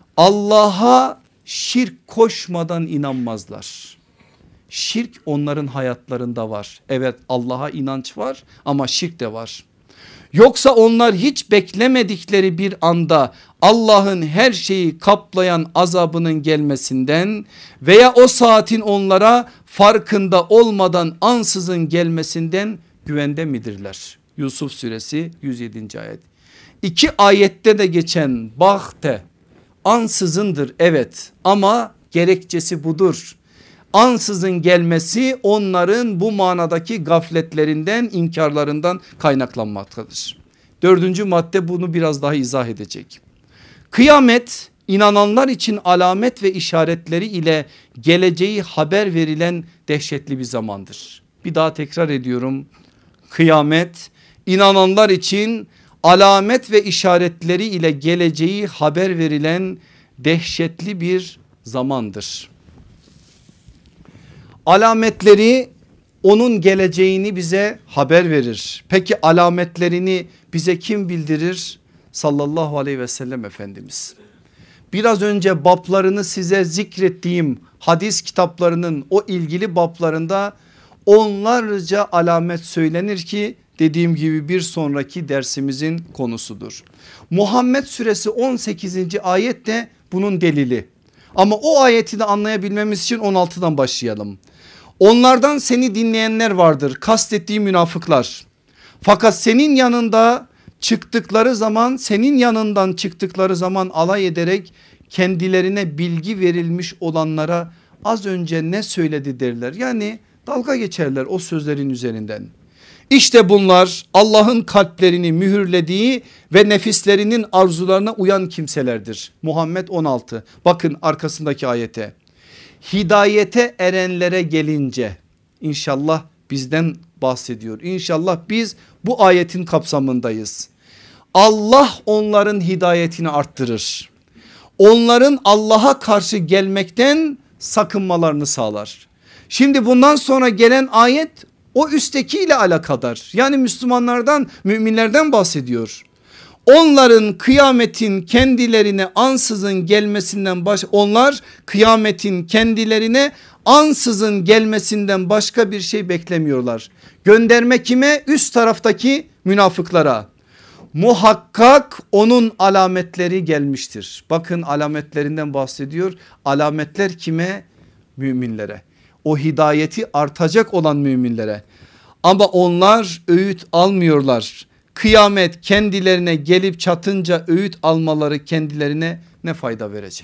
A: Allah'a şirk koşmadan inanmazlar. Şirk onların hayatlarında var. Evet, Allah'a inanç var ama şirk de var. Yoksa onlar hiç beklemedikleri bir anda Allah'ın her şeyi kaplayan azabının gelmesinden veya o saatin onlara farkında olmadan ansızın gelmesinden güvende midirler? Yusuf suresi 107. ayet. 2 ayette de geçen bahte ansızındır, evet, ama gerekçesi budur. Ansızın gelmesi onların bu manadaki gafletlerinden, inkarlarından kaynaklanmaktadır. 4. madde bunu biraz daha izah edecek. Kıyamet inananlar için alamet ve işaretleri ile geleceği haber verilen dehşetli bir zamandır. Bir daha tekrar ediyorum. Kıyamet inananlar için alamet ve işaretleri ile geleceği haber verilen dehşetli bir zamandır. Alametleri onun geleceğini bize haber verir. Peki alametlerini bize kim bildirir? Sallallahu aleyhi ve sellem Efendimiz. Biraz önce bablarını size zikrettiğim hadis kitaplarının o ilgili bablarında onlarca alamet söylenir ki dediğim gibi bir sonraki dersimizin konusudur. Muhammed suresi 18. ayet de bunun delili. Ama o ayeti de anlayabilmemiz için 16'dan başlayalım. Onlardan seni dinleyenler vardır, kastettiği münafıklar. Fakat senin yanından çıktıkları zaman alay ederek kendilerine bilgi verilmiş olanlara az önce ne söyledi derler. Yani dalga geçerler o sözlerin üzerinden. İşte bunlar Allah'ın kalplerini mühürlediği ve nefislerinin arzularına uyan kimselerdir. Muhammed 16, bakın arkasındaki ayete. Hidayete erenlere gelince, inşallah bizden bahsediyor. İnşallah biz bu ayetin kapsamındayız. Allah onların hidayetini arttırır. Onların Allah'a karşı gelmekten sakınmalarını sağlar. Şimdi bundan sonra gelen ayet o üsttekiyle alakadar. Yani Müslümanlardan, müminlerden bahsediyor. Onlar kıyametin kendilerine ansızın gelmesinden başka bir şey beklemiyorlar. Gönderme kime? Üst taraftaki münafıklara. Muhakkak onun alametleri gelmiştir. Bakın alametlerinden bahsediyor. Alametler kime? Müminlere. O hidayeti artacak olan müminlere. Ama onlar öğüt almıyorlar. Kıyamet kendilerine gelip çatınca öğüt almaları kendilerine ne fayda verecek?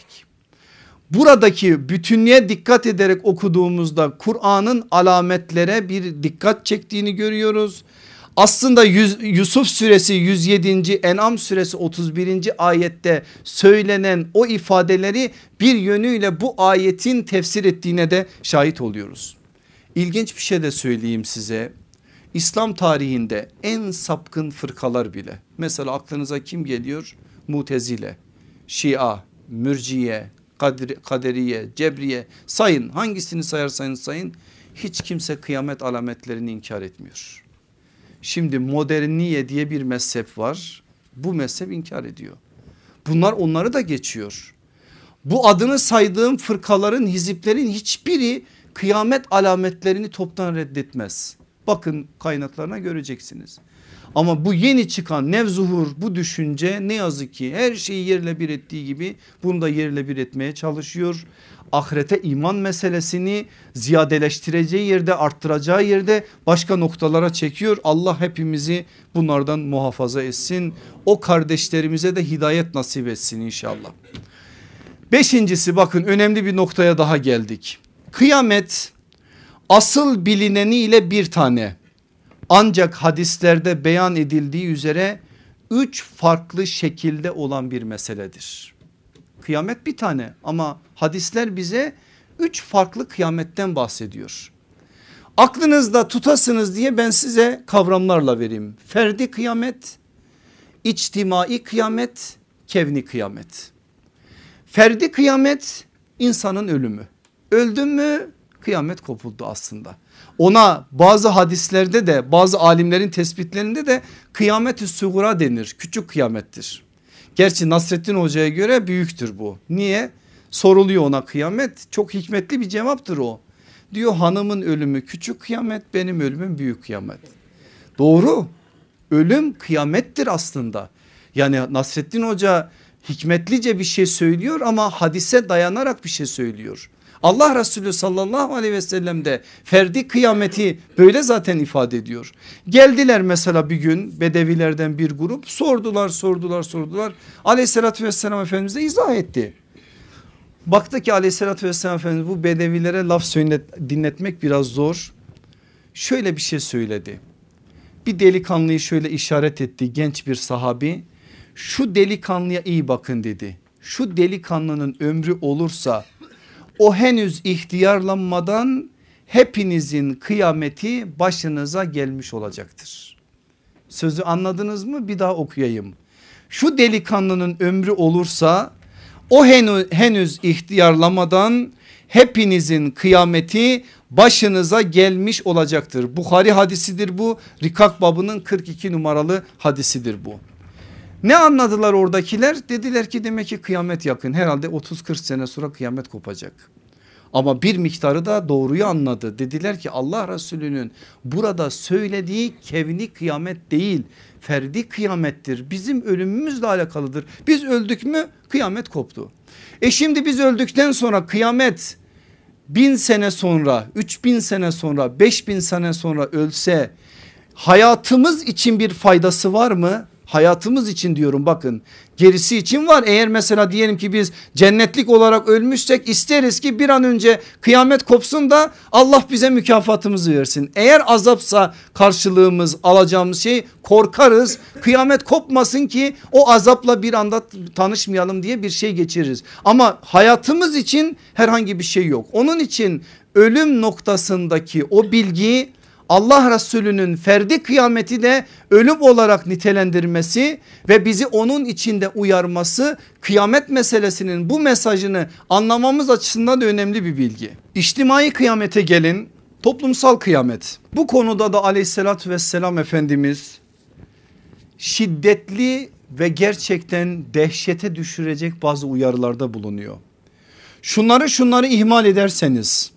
A: Buradaki bütünlüğe dikkat ederek okuduğumuzda Kur'an'ın alametlere bir dikkat çektiğini görüyoruz. Aslında Yusuf suresi 107. En'am suresi 31. ayette söylenen o ifadeleri bir yönüyle bu ayetin tefsir ettiğine de şahit oluyoruz. İlginç bir şey de söyleyeyim size. İslam tarihinde en sapkın fırkalar bile, mesela aklınıza kim geliyor? Mutezile, Şia, Mürciye, Kaderiye, Cebriye, sayın, hangisini sayarsanız sayın, hiç kimse kıyamet alametlerini inkar etmiyor. Şimdi moderniye diye bir mezhep var, bu mezhep inkar ediyor. Bunlar onları da geçiyor. Bu adını saydığım fırkaların, hiziplerin hiçbiri kıyamet alametlerini toptan reddetmez. Bakın kaynaklarına göreceksiniz. Ama bu yeni çıkan nevzuhur, bu düşünce ne yazık ki her şeyi yerle bir ettiği gibi bunu da yerle bir etmeye çalışıyor. Ahirete iman meselesini ziyadeleştireceği yerde, arttıracağı yerde başka noktalara çekiyor. Allah hepimizi bunlardan muhafaza etsin. O kardeşlerimize de hidayet nasip etsin inşallah. Beşincisi, bakın önemli bir noktaya daha geldik. Kıyamet asıl bilineniyle bir tane, ancak hadislerde beyan edildiği üzere 3 farklı şekilde olan bir meseledir. Kıyamet bir tane ama hadisler bize 3 farklı kıyametten bahsediyor. Aklınızda tutasınız diye ben size kavramlarla vereyim. Ferdi kıyamet, içtimai kıyamet, kevni kıyamet. Ferdi kıyamet insanın ölümü. Öldün mü kıyamet kopuldu aslında. Ona bazı hadislerde de bazı alimlerin tespitlerinde de kıyamet-ü sugura denir. Küçük kıyamettir. Gerçi Nasreddin Hoca'ya göre büyüktür bu. Niye? Soruluyor ona kıyamet. Çok hikmetli bir cevaptır o. Diyor hanımın ölümü küçük kıyamet, benim ölümüm büyük kıyamet. Doğru. Ölüm kıyamettir aslında. Yani Nasreddin Hoca hikmetlice bir şey söylüyor ama hadise dayanarak bir şey söylüyor. Allah Resulü sallallahu aleyhi ve sellem de ferdi kıyameti böyle zaten ifade ediyor. Geldiler mesela bir gün Bedevilerden bir grup, sordular. Aleyhissalatü vesselam Efendimiz de izah etti. Baktı ki aleyhissalatü vesselam Efendimiz bu Bedevilere laf dinletmek biraz zor. Şöyle bir şey söyledi. Bir delikanlıyı şöyle işaret etti, genç bir sahabi. Şu delikanlıya iyi bakın dedi. şu delikanlının ömrü olursa o henüz ihtiyarlanmadan hepinizin kıyameti başınıza gelmiş olacaktır. Sözü anladınız mı? Bir daha okuyayım. Şu delikanlının ömrü olursa o henüz ihtiyarlamadan hepinizin kıyameti başınıza gelmiş olacaktır. Buhari hadisidir bu. Rikak babının 42 numaralı hadisidir bu. Ne anladılar oradakiler? Dediler ki demek ki kıyamet yakın, herhalde 30-40 sene sonra kıyamet kopacak. Ama bir miktarı da doğruyu anladı. Dediler ki Allah Resulü'nün burada söylediği kevni kıyamet değil, ferdi kıyamettir. Bizim ölümümüzle alakalıdır. Biz öldük mü kıyamet koptu. Şimdi biz öldükten sonra kıyamet 1000 sene sonra, 3000 sene sonra, 5000 sene sonra ölse hayatımız için bir faydası var mı? Hayatımız için diyorum, bakın, gerisi için var. Eğer mesela diyelim ki biz cennetlik olarak ölmüşsek isteriz ki bir an önce kıyamet kopsun da Allah bize mükafatımızı versin. Eğer azapsa karşılığımız, alacağımız şey, korkarız kıyamet kopmasın ki o azapla bir anda tanışmayalım diye bir şey geçiririz. Ama hayatımız için herhangi bir şey yok. Onun için ölüm noktasındaki o bilgi, Allah Resulü'nün ferdi kıyameti de ölüm olarak nitelendirmesi ve bizi onun içinde uyarması, kıyamet meselesinin bu mesajını anlamamız açısından da önemli bir bilgi. İçtimai kıyamete gelin, toplumsal kıyamet. Bu konuda da aleyhissalatü vesselam Efendimiz şiddetli ve gerçekten dehşete düşürecek bazı uyarılarda bulunuyor. Şunları ihmal ederseniz,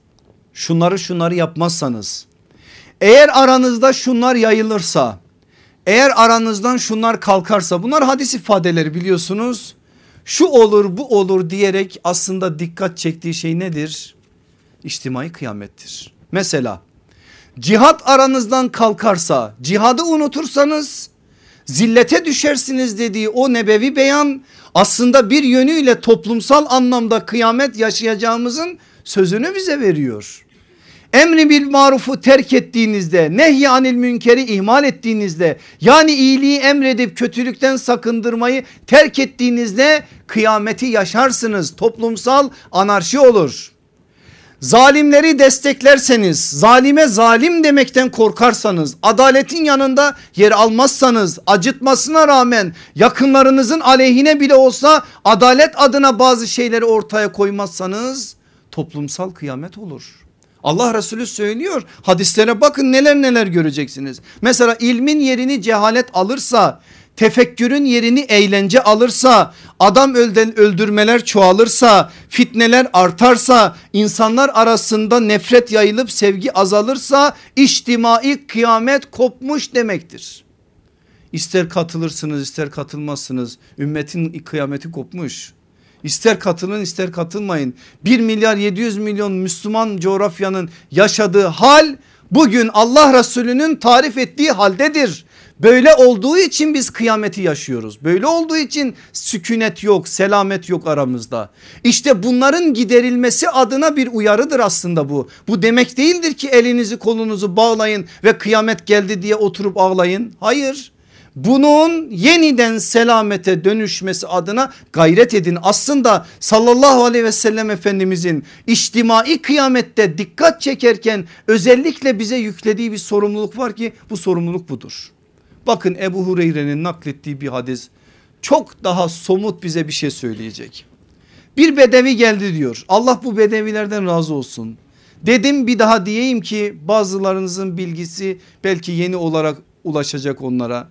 A: şunları yapmazsanız, eğer aranızda şunlar yayılırsa, eğer aranızdan şunlar kalkarsa, bunlar hadis ifadeleri biliyorsunuz. Şu olur bu olur diyerek aslında dikkat çektiği şey nedir? İçtimai kıyamettir. Mesela cihat aranızdan kalkarsa, cihadı unutursanız zillete düşersiniz dediği o nebevi beyan aslında bir yönüyle toplumsal anlamda kıyamet yaşayacağımızın sözünü bize veriyor. Emri bil marufu terk ettiğinizde, nehy anil münkeri ihmal ettiğinizde, yani iyiliği emredip kötülükten sakındırmayı terk ettiğinizde kıyameti yaşarsınız. Toplumsal anarşi olur. Zalimleri desteklerseniz, zalime zalim demekten korkarsanız, adaletin yanında yer almazsanız, acıtmasına rağmen yakınlarınızın aleyhine bile olsa adalet adına bazı şeyleri ortaya koymazsanız toplumsal kıyamet olur. Allah Resulü söylüyor, hadislere bakın, neler göreceksiniz. Mesela ilmin yerini cehalet alırsa, tefekkürün yerini eğlence alırsa, adam öldürmeler çoğalırsa, fitneler artarsa, insanlar arasında nefret yayılıp sevgi azalırsa içtimai kıyamet kopmuş demektir. İster katılırsınız ister katılmazsınız, ümmetin kıyameti kopmuş. İster katılın ister katılmayın. 1 milyar 700 milyon Müslüman coğrafyanın yaşadığı hal bugün Allah Resulü'nün tarif ettiği haldedir. Böyle olduğu için biz kıyameti yaşıyoruz. Böyle olduğu için sükunet yok, selamet yok aramızda. İşte bunların giderilmesi adına bir uyarıdır aslında bu. Bu demek değildir ki elinizi kolunuzu bağlayın ve kıyamet geldi diye oturup ağlayın. Hayır. Bunun yeniden selamete dönüşmesi adına gayret edin. Aslında sallallahu aleyhi ve sellem Efendimizin içtimai kıyamette dikkat çekerken özellikle bize yüklediği bir sorumluluk var ki bu sorumluluk budur. Bakın Ebu Hureyre'nin naklettiği bir hadis çok daha somut bize bir şey söyleyecek. Bir bedevi geldi diyor. Allah bu bedevilerden razı olsun. Dedim bir daha diyeyim ki bazılarınızın bilgisi belki yeni olarak ulaşacak onlara.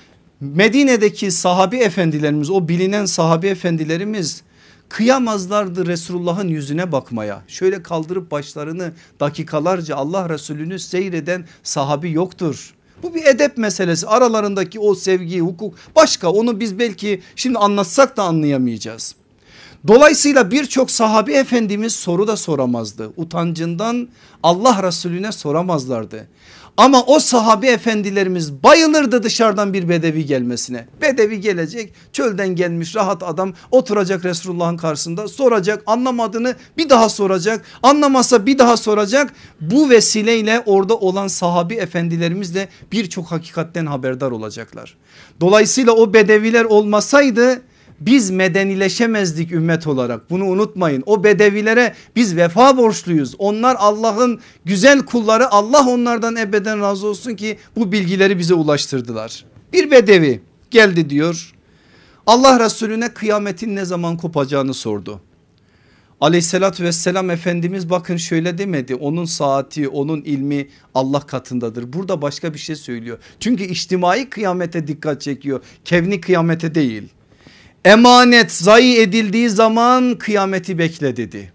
A: Medine'deki sahabi efendilerimiz, o bilinen sahabi efendilerimiz kıyamazlardı Resulullah'ın yüzüne bakmaya. Şöyle kaldırıp başlarını dakikalarca Allah Resulü'nü seyreden sahabi yoktur. Bu bir edep meselesi, aralarındaki o sevgi, hukuk başka, onu biz belki şimdi anlatsak da anlayamayacağız. Dolayısıyla birçok sahabi efendimiz soru da soramazdı. Utancından Allah Resulüne soramazlardı. Ama o sahabi efendilerimiz bayılırdı dışarıdan bir bedevi gelmesine. Bedevi gelecek, çölden gelmiş rahat adam, oturacak Resulullah'ın karşısında, soracak, anlamadığını bir daha soracak, anlamazsa bir daha soracak. Bu vesileyle orada olan sahabi efendilerimiz de birçok hakikatten haberdar olacaklar. Dolayısıyla o bedeviler olmasaydı Biz medenileşemezdik ümmet olarak, bunu unutmayın. O bedevilere biz vefa borçluyuz. Onlar Allah'ın güzel kulları, Allah onlardan ebeden razı olsun ki bu bilgileri bize ulaştırdılar. Bir bedevi geldi diyor, Allah Resulüne kıyametin ne zaman kopacağını sordu. Aleyhissalatü vesselam Efendimiz bakın şöyle demedi, onun saati, onun ilmi Allah katındadır. Burada başka bir şey söylüyor. Çünkü içtimai kıyamete dikkat çekiyor, kevni kıyamete değil. Emanet zayi edildiği zaman kıyameti bekle dedi.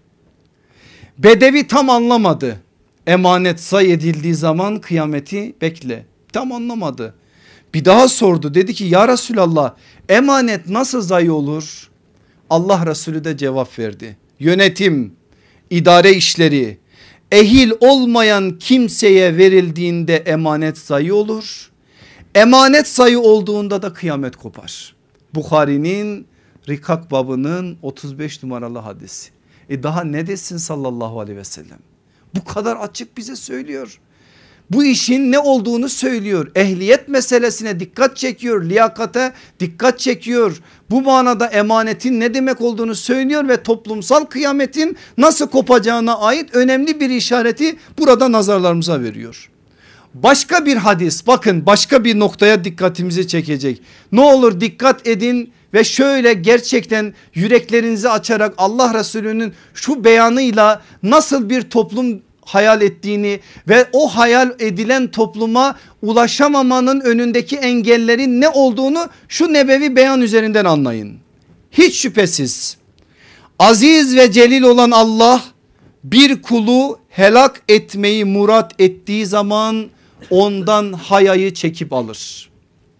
A: Bedevi tam anlamadı. Emanet zayi edildiği zaman kıyameti bekle. Tam anlamadı. Bir daha sordu, dedi ki ya Resulallah, emanet nasıl zayi olur? Allah Resulü de cevap verdi. Yönetim, idare işleri ehil olmayan kimseye verildiğinde emanet zayi olur. Emanet zayi olduğunda da kıyamet kopar. Bukhari'nin Rikak babının 35 numaralı hadisi. Daha ne desin sallallahu aleyhi ve sellem? Bu kadar açık bize söylüyor. Bu işin ne olduğunu söylüyor. Ehliyet meselesine dikkat çekiyor. Liyakate dikkat çekiyor. Bu manada emanetin ne demek olduğunu söylüyor ve toplumsal kıyametin nasıl kopacağına ait önemli bir işareti burada nazarlarımıza veriyor. Başka bir hadis, bakın başka bir noktaya dikkatimizi çekecek. Ne olur dikkat edin ve şöyle gerçekten yüreklerinizi açarak Allah Resulü'nün şu beyanıyla nasıl bir toplum hayal ettiğini ve o hayal edilen topluma ulaşamamanın önündeki engellerin ne olduğunu şu nebevi beyan üzerinden anlayın. Hiç şüphesiz aziz ve celil olan Allah bir kulu helak etmeyi murat ettiği zaman ondan hayayı çekip alır.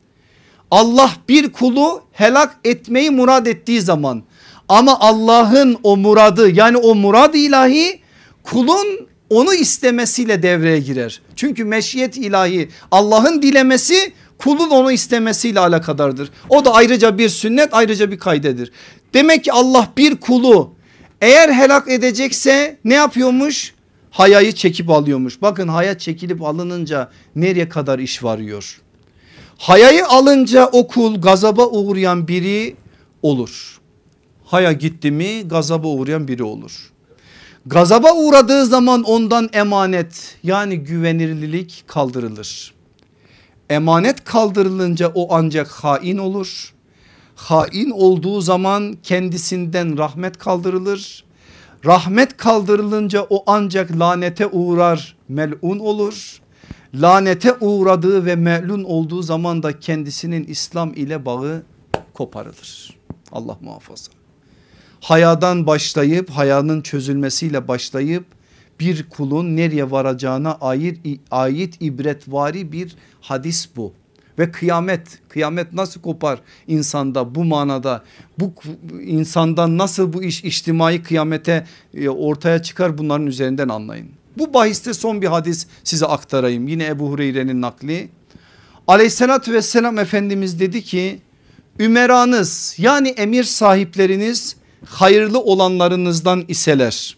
A: Allah bir kulu helak etmeyi murad ettiği zaman, ama Allah'ın o muradı, yani o murad ilahi kulun onu istemesiyle devreye girer. Çünkü meşiyet ilahi, Allah'ın dilemesi kulun onu istemesiyle alakadardır. O da ayrıca bir sünnet, ayrıca bir kaydedir. Demek ki Allah bir kulu eğer helak edecekse ne yapıyormuş? Hayayı çekip alıyormuş. Bakın haya çekilip alınınca nereye kadar iş varıyor. Hayayı alınca o kul gazaba uğrayan biri olur. Haya gitti mi gazaba uğrayan biri olur. Gazaba uğradığı zaman ondan emanet, yani güvenilirlik kaldırılır. Emanet kaldırılınca o ancak hain olur. Hain olduğu zaman kendisinden rahmet kaldırılır. Rahmet kaldırılınca o ancak lanete uğrar, melun olur. Lanete uğradığı ve melun olduğu zaman da kendisinin İslam ile bağı koparılır. Allah muhafaza. Hayadan başlayıp, hayanın çözülmesiyle başlayıp bir kulun nereye varacağına ait ibretvari bir hadis bu. Ve kıyamet nasıl kopar insanda, bu manada bu insandan nasıl bu iş içtimai kıyamete ortaya çıkar, bunların üzerinden anlayın. Bu bahiste son bir hadis size aktarayım, yine Ebu Hureyre'nin nakli. Aleyhissalatü vesselam Efendimiz dedi ki, ümeranız yani emir sahipleriniz hayırlı olanlarınızdan iseler,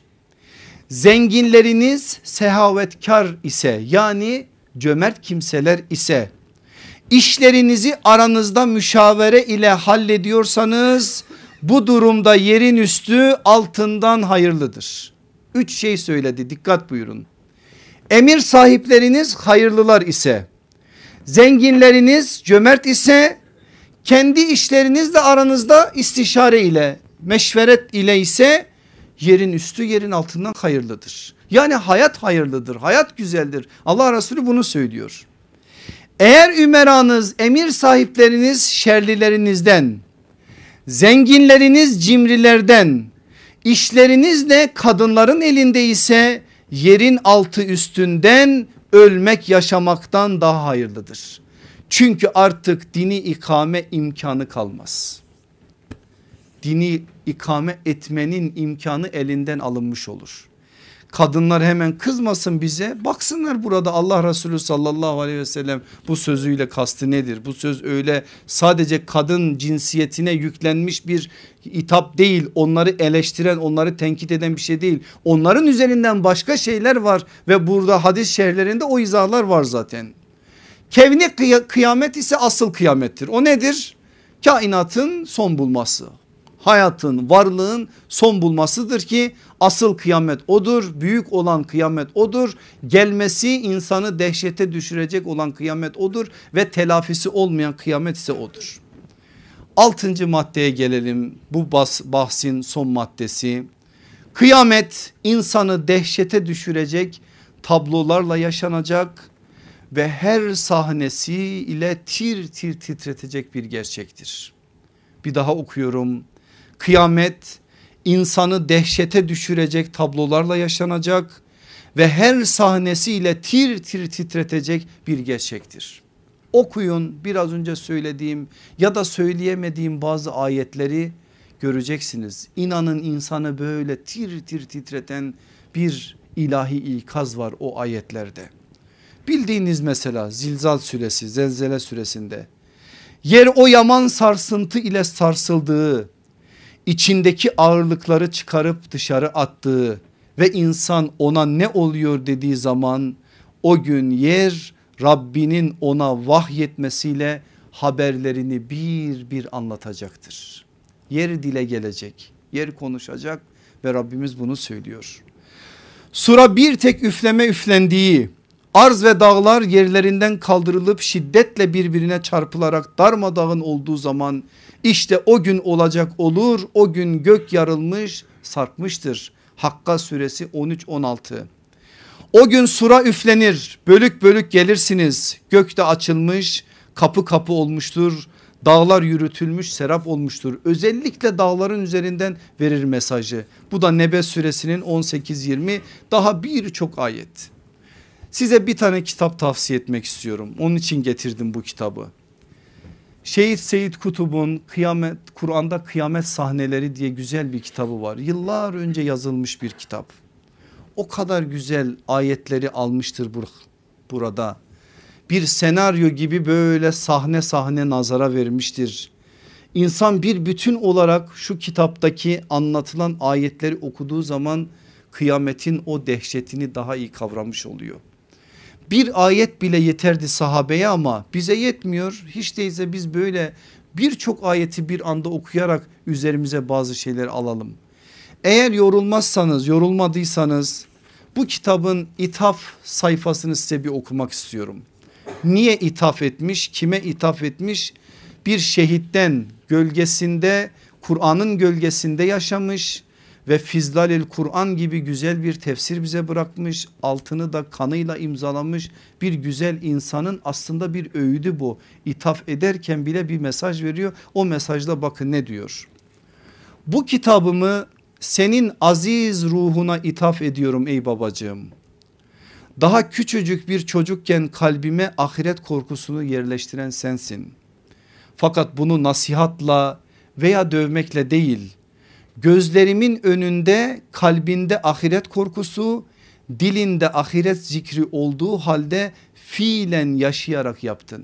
A: zenginleriniz sehavetkar ise yani cömert kimseler ise, İşlerinizi aranızda müşavere ile hallediyorsanız bu durumda yerin üstü altından hayırlıdır. 3 şey söyledi, dikkat buyurun. Emir sahipleriniz hayırlılar ise, zenginleriniz cömert ise, kendi işlerinizle aranızda istişare ile, meşveret ile ise yerin üstü yerin altından hayırlıdır. Yani hayat hayırlıdır, hayat güzeldir. Allah Resulü bunu söylüyor. Eğer ümeranız, emir sahipleriniz şerlilerinizden, zenginleriniz cimrilerden, işleriniz de kadınların elinde ise yerin altı üstünden ölmek yaşamaktan daha hayırlıdır. Çünkü artık dini ikame imkanı kalmaz. Dini ikame etmenin imkanı elinden alınmış olur. Kadınlar hemen kızmasın bize, baksınlar burada Allah Resulü sallallahu aleyhi ve sellem bu sözüyle kastı nedir? Bu söz öyle sadece kadın cinsiyetine yüklenmiş bir hitap değil, onları eleştiren, onları tenkit eden bir şey değil. Onların üzerinden başka şeyler var ve burada hadis şerhlerinde o izahlar var zaten. Kevni kıyamet ise asıl kıyamettir. O nedir? Kainatın son bulması, hayatın, varlığın son bulmasıdır ki asıl kıyamet odur. Büyük olan kıyamet odur. Gelmesi insanı dehşete düşürecek olan kıyamet odur ve telafisi olmayan kıyamet ise odur. 6. maddeye gelelim, bu bahsin son maddesi. Kıyamet insanı dehşete düşürecek tablolarla yaşanacak ve her sahnesi ile tir tir titretecek bir gerçektir. Bir daha okuyorum. Kıyamet insanı dehşete düşürecek tablolarla yaşanacak ve her sahnesiyle tir tir titretecek bir gerçektir. Okuyun, biraz önce söylediğim ya da söyleyemediğim bazı ayetleri göreceksiniz. İnanın insanı böyle tir tir titreten bir ilahi ikaz var o ayetlerde. Bildiğiniz mesela Zilzal suresi, Zelzele suresinde yer o yaman sarsıntı ile sarsıldığı, içindeki ağırlıkları çıkarıp dışarı attığı ve insan ona ne oluyor dediği zaman o gün yer Rabbinin ona vahyetmesiyle haberlerini bir bir anlatacaktır. Yer dile gelecek, yer konuşacak ve Rabbimiz bunu söylüyor. Sura bir tek üfleme üflendiği, arz ve dağlar yerlerinden kaldırılıp şiddetle birbirine çarpılarak darmadağın olduğu zaman işte o gün olacak olur. O gün gök yarılmış, sarkmıştır. Hakka suresi 13-16. O gün sura üflenir, bölük bölük gelirsiniz. Gökte açılmış, kapı kapı olmuştur. Dağlar yürütülmüş, serap olmuştur. Özellikle dağların üzerinden verir mesajı. Bu da Nebe suresinin 18-20, daha birçok ayet. Size bir tane kitap tavsiye etmek istiyorum. Onun için getirdim bu kitabı. Şehit Seyyid Kutub'un Kur'an'da kıyamet sahneleri diye güzel bir kitabı var. Yıllar önce yazılmış bir kitap. O kadar güzel ayetleri almıştır burada. Bir senaryo gibi böyle sahne sahne nazara vermiştir. İnsan bir bütün olarak şu kitaptaki anlatılan ayetleri okuduğu zaman kıyametin o dehşetini daha iyi kavramış oluyor. Bir ayet bile yeterdi sahabeye ama bize yetmiyor. Hiç değilse biz böyle birçok ayeti bir anda okuyarak üzerimize bazı şeyler alalım. Eğer yorulmadıysanız bu kitabın ithaf sayfasını size bir okumak istiyorum. Niye ithaf etmiş, kime ithaf etmiş? Bir şehitten gölgesinde, Kur'an'ın gölgesinde yaşamış ve Fizlalil Kur'an gibi güzel bir tefsir bize bırakmış. Altını da kanıyla imzalamış bir güzel insanın aslında bir öğüdü bu. İthaf ederken bile bir mesaj veriyor. O mesajda bakın ne diyor. Bu kitabımı senin aziz ruhuna ithaf ediyorum ey babacığım. Daha küçücük bir çocukken kalbime ahiret korkusunu yerleştiren sensin. Fakat bunu nasihatla veya dövmekle değil, gözlerimin önünde kalbinde ahiret korkusu, dilinde ahiret zikri olduğu halde fiilen yaşayarak yaptın.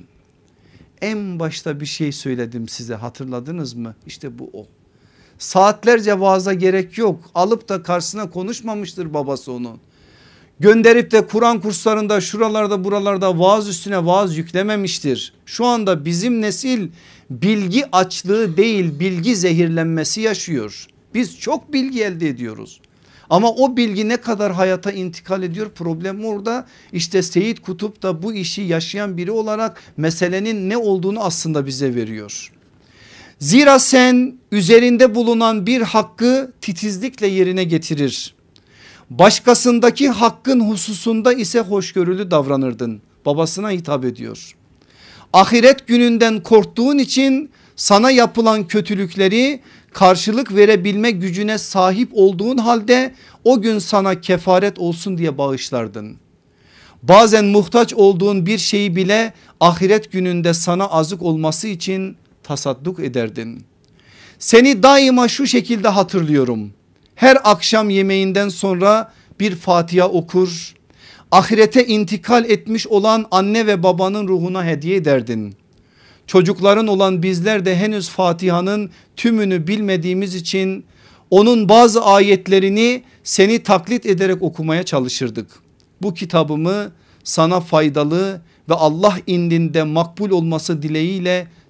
A: En başta bir şey söyledim size, hatırladınız mı? İşte bu o. Saatlerce vaaza gerek yok. Alıp da karşısına konuşmamıştır babası onu. Gönderip de Kur'an kurslarında şuralarda buralarda vaaz üstüne vaaz yüklememiştir. Şu anda bizim nesil bilgi açlığı değil, bilgi zehirlenmesi yaşıyor. Biz çok bilgi elde ediyoruz. Ama o bilgi ne kadar hayata intikal ediyor, problem orada. İşte Seyyid Kutup da bu işi yaşayan biri olarak meselenin ne olduğunu aslında bize veriyor. Zira sen üzerinde bulunan bir hakkı titizlikle yerine getirir. Başkasındaki hakkın hususunda ise hoşgörülü davranırdın. Babasına hitap ediyor. Ahiret gününden korktuğun için sana yapılan kötülükleri karşılık verebilme gücüne sahip olduğun halde o gün sana kefaret olsun diye bağışlardın. Bazen muhtaç olduğun bir şeyi bile ahiret gününde sana azık olması için tasadduk ederdin. Seni daima şu şekilde hatırlıyorum. Her akşam yemeğinden sonra bir Fatiha okur, ahirete intikal etmiş olan anne ve babanın ruhuna hediye ederdin. Çocukların olan bizler de henüz Fatiha'nın tümünü bilmediğimiz için onun bazı ayetlerini seni taklit ederek okumaya çalışırdık. Bu kitabımı sana faydalı ve Allah indinde makbul olması dileğiyle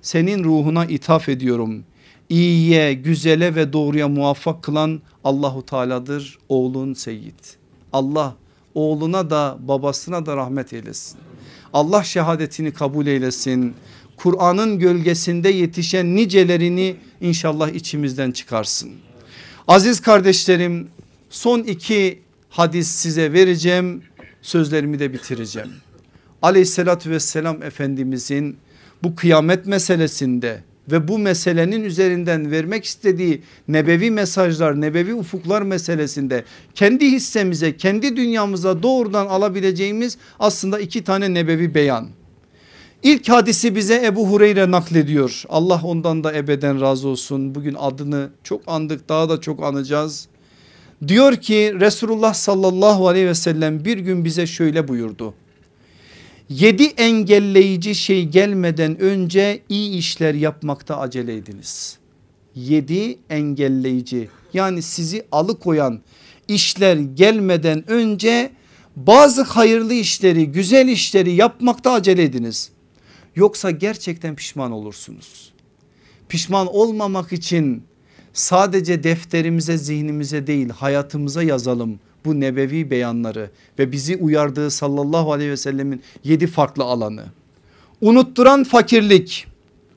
A: senin ruhuna ithaf ediyorum. İyiye, güzele ve doğruya muvaffak kılan Allahu Teala'dır oğlun Seyyid. Allah oğluna da babasına da rahmet eylesin. Allah şehadetini kabul eylesin. Kur'an'ın gölgesinde yetişen nicelerini inşallah içimizden çıkarsın. Aziz kardeşlerim, son 2 hadis size vereceğim, sözlerimi de bitireceğim. Aleyhissalatü vesselam Efendimizin bu kıyamet meselesinde ve bu meselenin üzerinden vermek istediği nebevi mesajlar, nebevi ufuklar meselesinde kendi hissemize, kendi dünyamıza doğrudan alabileceğimiz aslında 2 tane nebevi beyan. İlk hadisi bize Ebu Hureyre naklediyor. Allah ondan da ebeden razı olsun. Bugün adını çok andık, daha da çok anacağız. Diyor ki Resulullah sallallahu aleyhi ve sellem bir gün bize şöyle buyurdu. 7 engelleyici şey gelmeden önce iyi işler yapmakta acele ediniz. 7 engelleyici, yani sizi alıkoyan işler gelmeden önce bazı hayırlı işleri, güzel işleri yapmakta acele ediniz. Yoksa gerçekten pişman olursunuz. Pişman olmamak için sadece defterimize, zihnimize değil, hayatımıza yazalım bu nebevi beyanları ve bizi uyardığı sallallahu aleyhi ve sellemin 7 farklı alanı. Unutturan fakirlik,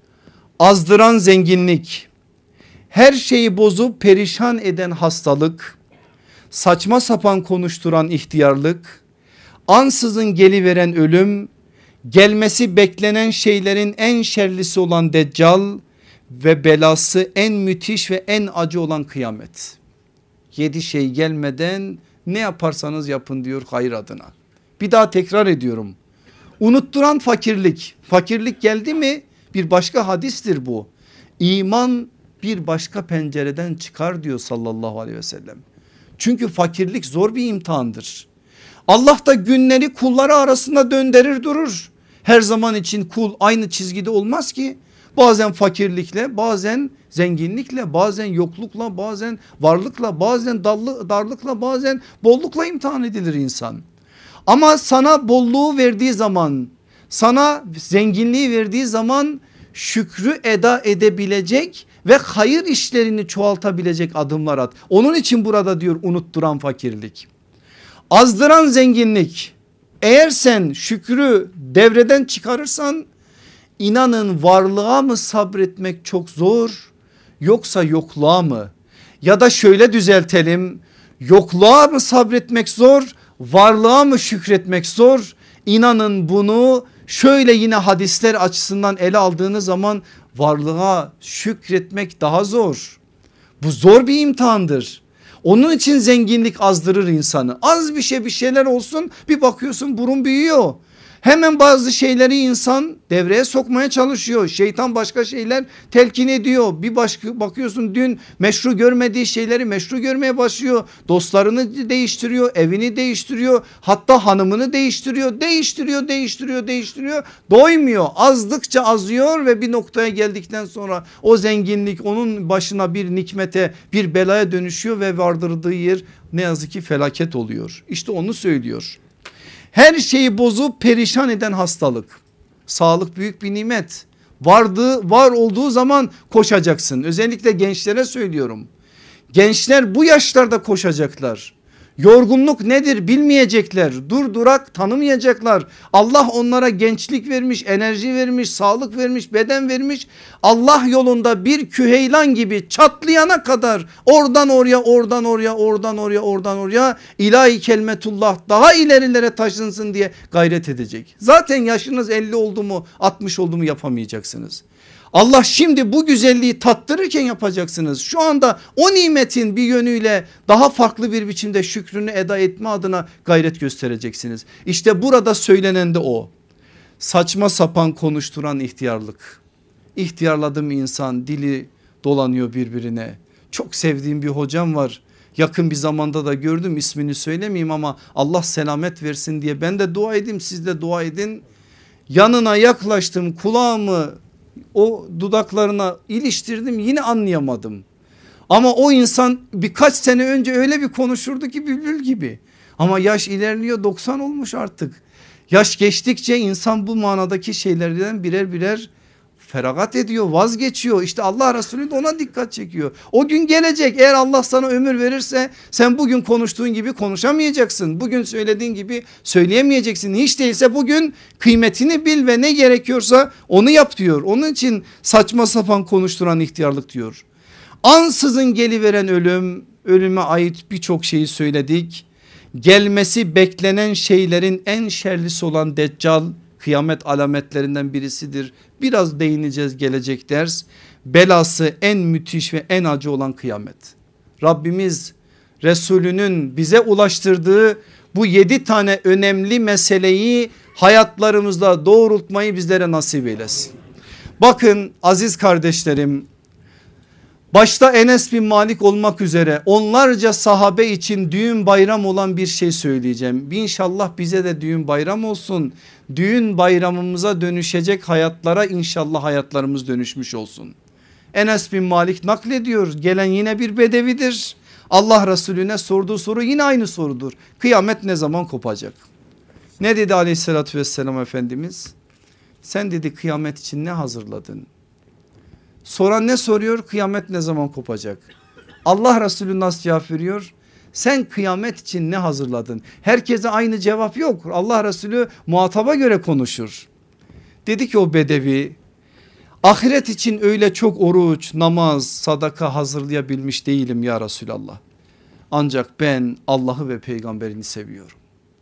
A: azdıran zenginlik, her şeyi bozup perişan eden hastalık, saçma sapan konuşturan ihtiyarlık, ansızın geliveren ölüm, gelmesi beklenen şeylerin en şerlisi olan deccal ve belası en müthiş ve en acı olan kıyamet. 7 şey gelmeden ne yaparsanız yapın diyor hayır adına. Bir daha tekrar ediyorum. Unutturan fakirlik. Fakirlik geldi mi bir başka hadistir bu. İman bir başka pencereden çıkar diyor sallallahu aleyhi ve sellem. Çünkü fakirlik zor bir imtihandır. Allah da günleri kulları arasında döndürür durur. Her zaman için kul aynı çizgide olmaz ki. Bazen fakirlikle, bazen zenginlikle, bazen yoklukla, bazen varlıkla, bazen darlıkla, bazen bollukla imtihan edilir insan. Ama sana bolluğu verdiği zaman, sana zenginliği verdiği zaman şükrü eda edebilecek ve hayır işlerini çoğaltabilecek adımlar at. Onun için burada diyor unutturan fakirlik. Azdıran zenginlik. Eğer sen şükrü devreden çıkarırsan inanın varlığa mı sabretmek çok zor yoksa yokluğa mı? Ya da şöyle düzeltelim, yokluğa mı sabretmek zor, varlığa mı şükretmek zor? İnanın bunu şöyle yine hadisler açısından ele aldığınız zaman varlığa şükretmek daha zor. Bu zor bir imtihandır. Onun için zenginlik azdırır insanı. Az bir şeyler olsun, bir bakıyorsun burun büyüyor. Hemen bazı şeyleri insan devreye sokmaya çalışıyor. Şeytan başka şeyler telkin ediyor. Bir başka bakıyorsun dün meşru görmediği şeyleri meşru görmeye başlıyor. Dostlarını değiştiriyor, evini değiştiriyor. Hatta hanımını değiştiriyor. Doymuyor. Azdıkça azıyor ve bir noktaya geldikten sonra o zenginlik onun başına bir nikmete, bir belaya dönüşüyor ve vardırdığı yer ne yazık ki felaket oluyor. İşte onu söylüyor. Her şeyi bozup perişan eden hastalık. Sağlık büyük bir nimet. Var olduğu zaman koşacaksın. Özellikle gençlere söylüyorum. Gençler bu yaşlarda koşacaklar. Yorgunluk nedir bilmeyecekler. Durdurak tanımayacaklar. Allah onlara gençlik vermiş, enerji vermiş, sağlık vermiş, beden vermiş. Allah yolunda bir küheylan gibi çatlayana kadar oradan oraya ilahi kelimetullah daha ilerilere taşınsın diye gayret edecek. Zaten yaşınız 50 oldu mu 60 oldu mu yapamayacaksınız. Allah şimdi bu güzelliği tattırırken yapacaksınız. Şu anda o nimetin bir yönüyle daha farklı bir biçimde şükrünü eda etme adına gayret göstereceksiniz. İşte burada söylenen de o. Saçma sapan konuşturan ihtiyarlık. İhtiyarladım insan dili dolanıyor birbirine. Çok sevdiğim bir hocam var. Yakın bir zamanda da gördüm, ismini söylemeyeyim ama Allah selamet versin diye ben de dua edeyim, siz de dua edin. Yanına yaklaştım, kulağımı o dudaklarına iliştirdim, yine anlayamadım. Ama o insan birkaç sene önce öyle bir konuşurdu ki bülbül gibi. Ama yaş ilerliyor, 90 olmuş artık. Yaş geçtikçe insan bu manadaki şeylerden birer feragat ediyor, vazgeçiyor. İşte Allah Resulü de ona dikkat çekiyor. O gün gelecek, eğer Allah sana ömür verirse sen bugün konuştuğun gibi konuşamayacaksın. Bugün söylediğin gibi söyleyemeyeceksin. Hiç değilse bugün kıymetini bil ve ne gerekiyorsa onu yap diyor. Onun için saçma sapan konuşturan ihtiyarlık diyor. Ansızın geliveren ölüm, ölüme ait birçok şeyi söyledik. Gelmesi beklenen şeylerin en şerlisi olan Deccal kıyamet alametlerinden birisidir. Biraz değineceğiz gelecek ders. Belası en müthiş ve en acı olan kıyamet. Rabbimiz Resulünün bize ulaştırdığı bu 7 tane önemli meseleyi hayatlarımızda doğrultmayı bizlere nasip eylesin. Bakın aziz kardeşlerim, başta Enes bin Malik olmak üzere onlarca sahabe için düğün bayram olan bir şey söyleyeceğim. İnşallah bize de düğün bayram olsun. Düğün bayramımıza dönüşecek hayatlara inşallah hayatlarımız dönüşmüş olsun. Enes bin Malik naklediyor, gelen yine bir bedevidir. Allah Resulüne sorduğu soru yine aynı sorudur. Kıyamet ne zaman kopacak? Ne dedi aleyhissalatü vesselam Efendimiz? Sen dedi kıyamet için ne hazırladın? Soran ne soruyor? Kıyamet ne zaman kopacak? Allah Resulü nasıl cevap veriyor? Sen kıyamet için ne hazırladın? Herkese aynı cevap yok. Allah Resulü muhataba göre konuşur. Dedi ki o bedevi, ahiret için öyle çok oruç, namaz, sadaka hazırlayabilmiş değilim ya Resulallah. Ancak ben Allah'ı ve peygamberini seviyorum.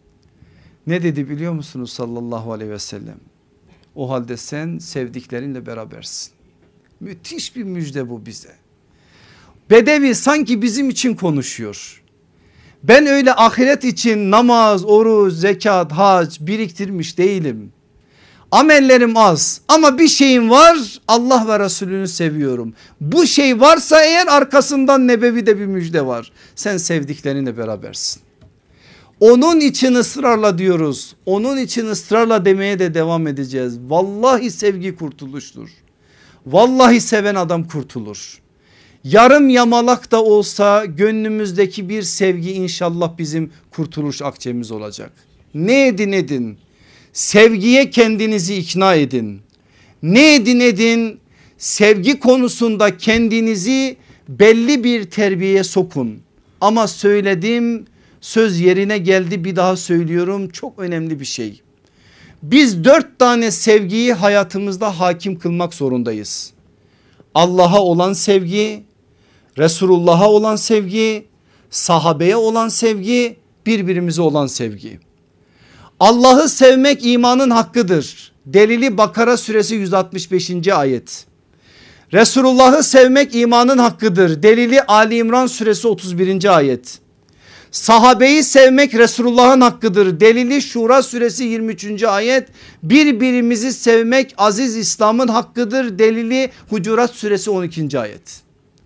A: Ne dedi biliyor musunuz sallallahu aleyhi ve sellem? O halde sen sevdiklerinle berabersin. Müthiş bir müjde bu bize. Bedevi sanki bizim için konuşuyor. Ben öyle ahiret için namaz, oruç, zekat, hac biriktirmiş değilim. Amellerim az ama bir şeyim var, Allah ve Resulünü seviyorum. Bu şey varsa eğer arkasından nebevi de bir müjde var. Sen sevdiklerinle berabersin. Onun için ısrarla diyoruz. Onun için ısrarla demeye de devam edeceğiz. Vallahi sevgi kurtuluştur. Vallahi seven adam kurtulur. Yarım yamalak da olsa gönlümüzdeki bir sevgi inşallah bizim kurtuluş akçemiz olacak. Ne edin edin, sevgiye kendinizi ikna edin. Ne edin edin, sevgi konusunda kendinizi belli bir terbiyeye sokun. Ama söylediğim söz yerine geldi, bir daha söylüyorum, çok önemli bir şey. Biz 4 tane sevgiyi hayatımızda hakim kılmak zorundayız. Allah'a olan sevgi, Resulullah'a olan sevgi, sahabeye olan sevgi, birbirimize olan sevgi. Allah'ı sevmek imanın hakkıdır. Delili Bakara suresi 165. ayet. Resulullah'ı sevmek imanın hakkıdır. Delili Ali İmran suresi 31. ayet. Sahabeyi sevmek Resulullah'ın hakkıdır. Delili Şura suresi 23. ayet. Birbirimizi sevmek aziz İslam'ın hakkıdır. Delili Hucurat suresi 12. ayet.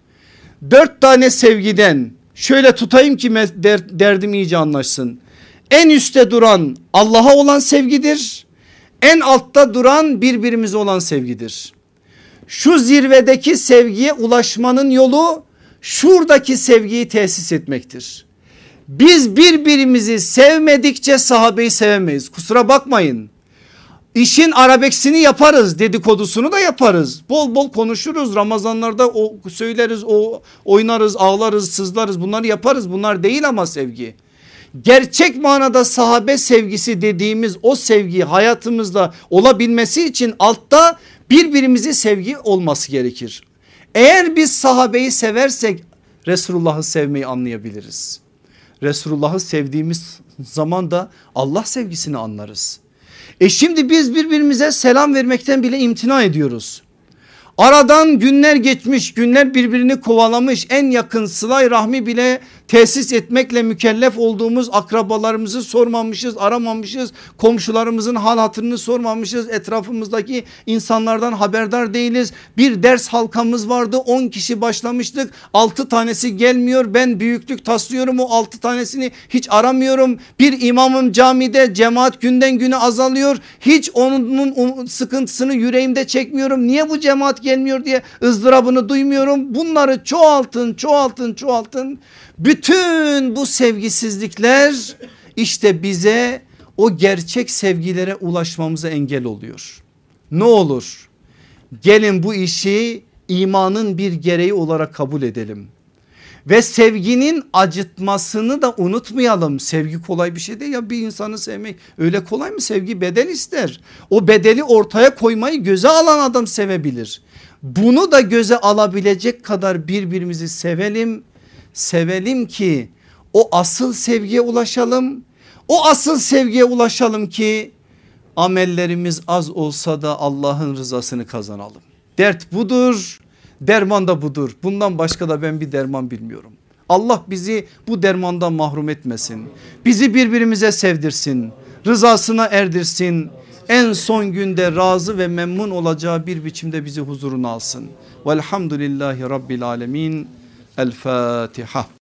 A: 4 tane sevgiden şöyle tutayım ki derdim iyice anlaşsın. En üstte duran Allah'a olan sevgidir. En altta duran birbirimize olan sevgidir. Şu zirvedeki sevgiye ulaşmanın yolu şuradaki sevgiyi tesis etmektir. Biz birbirimizi sevmedikçe sahabeyi sevemeyiz. Kusura bakmayın. İşin arabeksini yaparız, dedikodusunu da yaparız. Bol bol konuşuruz. Ramazanlarda söyleriz, oynarız, ağlarız, sızlarız. Bunları yaparız. Bunlar değil ama sevgi. Gerçek manada sahabe sevgisi dediğimiz o sevgi hayatımızda olabilmesi için altta birbirimizi sevgi olması gerekir. Eğer biz sahabeyi seversek Resulullah'ı sevmeyi anlayabiliriz. Resulullah'ı sevdiğimiz zaman da Allah sevgisini anlarız. Şimdi biz birbirimize selam vermekten bile imtina ediyoruz. Aradan günler geçmiş, günler birbirini kovalamış, en yakın sıla-i rahmi bile tesis etmekle mükellef olduğumuz akrabalarımızı sormamışız, aramamışız. Komşularımızın hal hatırını sormamışız. Etrafımızdaki insanlardan haberdar değiliz. Bir ders halkamız vardı, 10 kişi başlamıştık. 6 tanesi gelmiyor, ben büyüklük taslıyorum, o 6 tanesini hiç aramıyorum. Bir imamım camide, cemaat günden güne azalıyor. Hiç onun sıkıntısını yüreğimde çekmiyorum. Niye bu cemaat gelmiyor diye ızdırabını duymuyorum. Bunları çoğaltın. Bütün bu sevgisizlikler işte bize o gerçek sevgilere ulaşmamıza engel oluyor. Ne olur Gelin bu işi imanın bir gereği olarak kabul edelim. Ve sevginin acıtmasını da unutmayalım. Sevgi kolay bir şey değil ya, bir insanı sevmek öyle kolay mı? Sevgi bedel ister. O bedeli ortaya koymayı göze alan adam sevebilir. Bunu da göze alabilecek kadar birbirimizi sevelim. Sevelim ki o asıl sevgiye ulaşalım. O asıl sevgiye ulaşalım ki amellerimiz az olsa da Allah'ın rızasını kazanalım. Dert budur. Derman da budur. Bundan başka da ben bir derman bilmiyorum. Allah bizi bu dermandan mahrum etmesin. Bizi birbirimize sevdirsin. Rızasına erdirsin. En son günde razı ve memnun olacağı bir biçimde bizi huzuruna alsın. Velhamdülillahi Rabbil alemin. El Fatiha.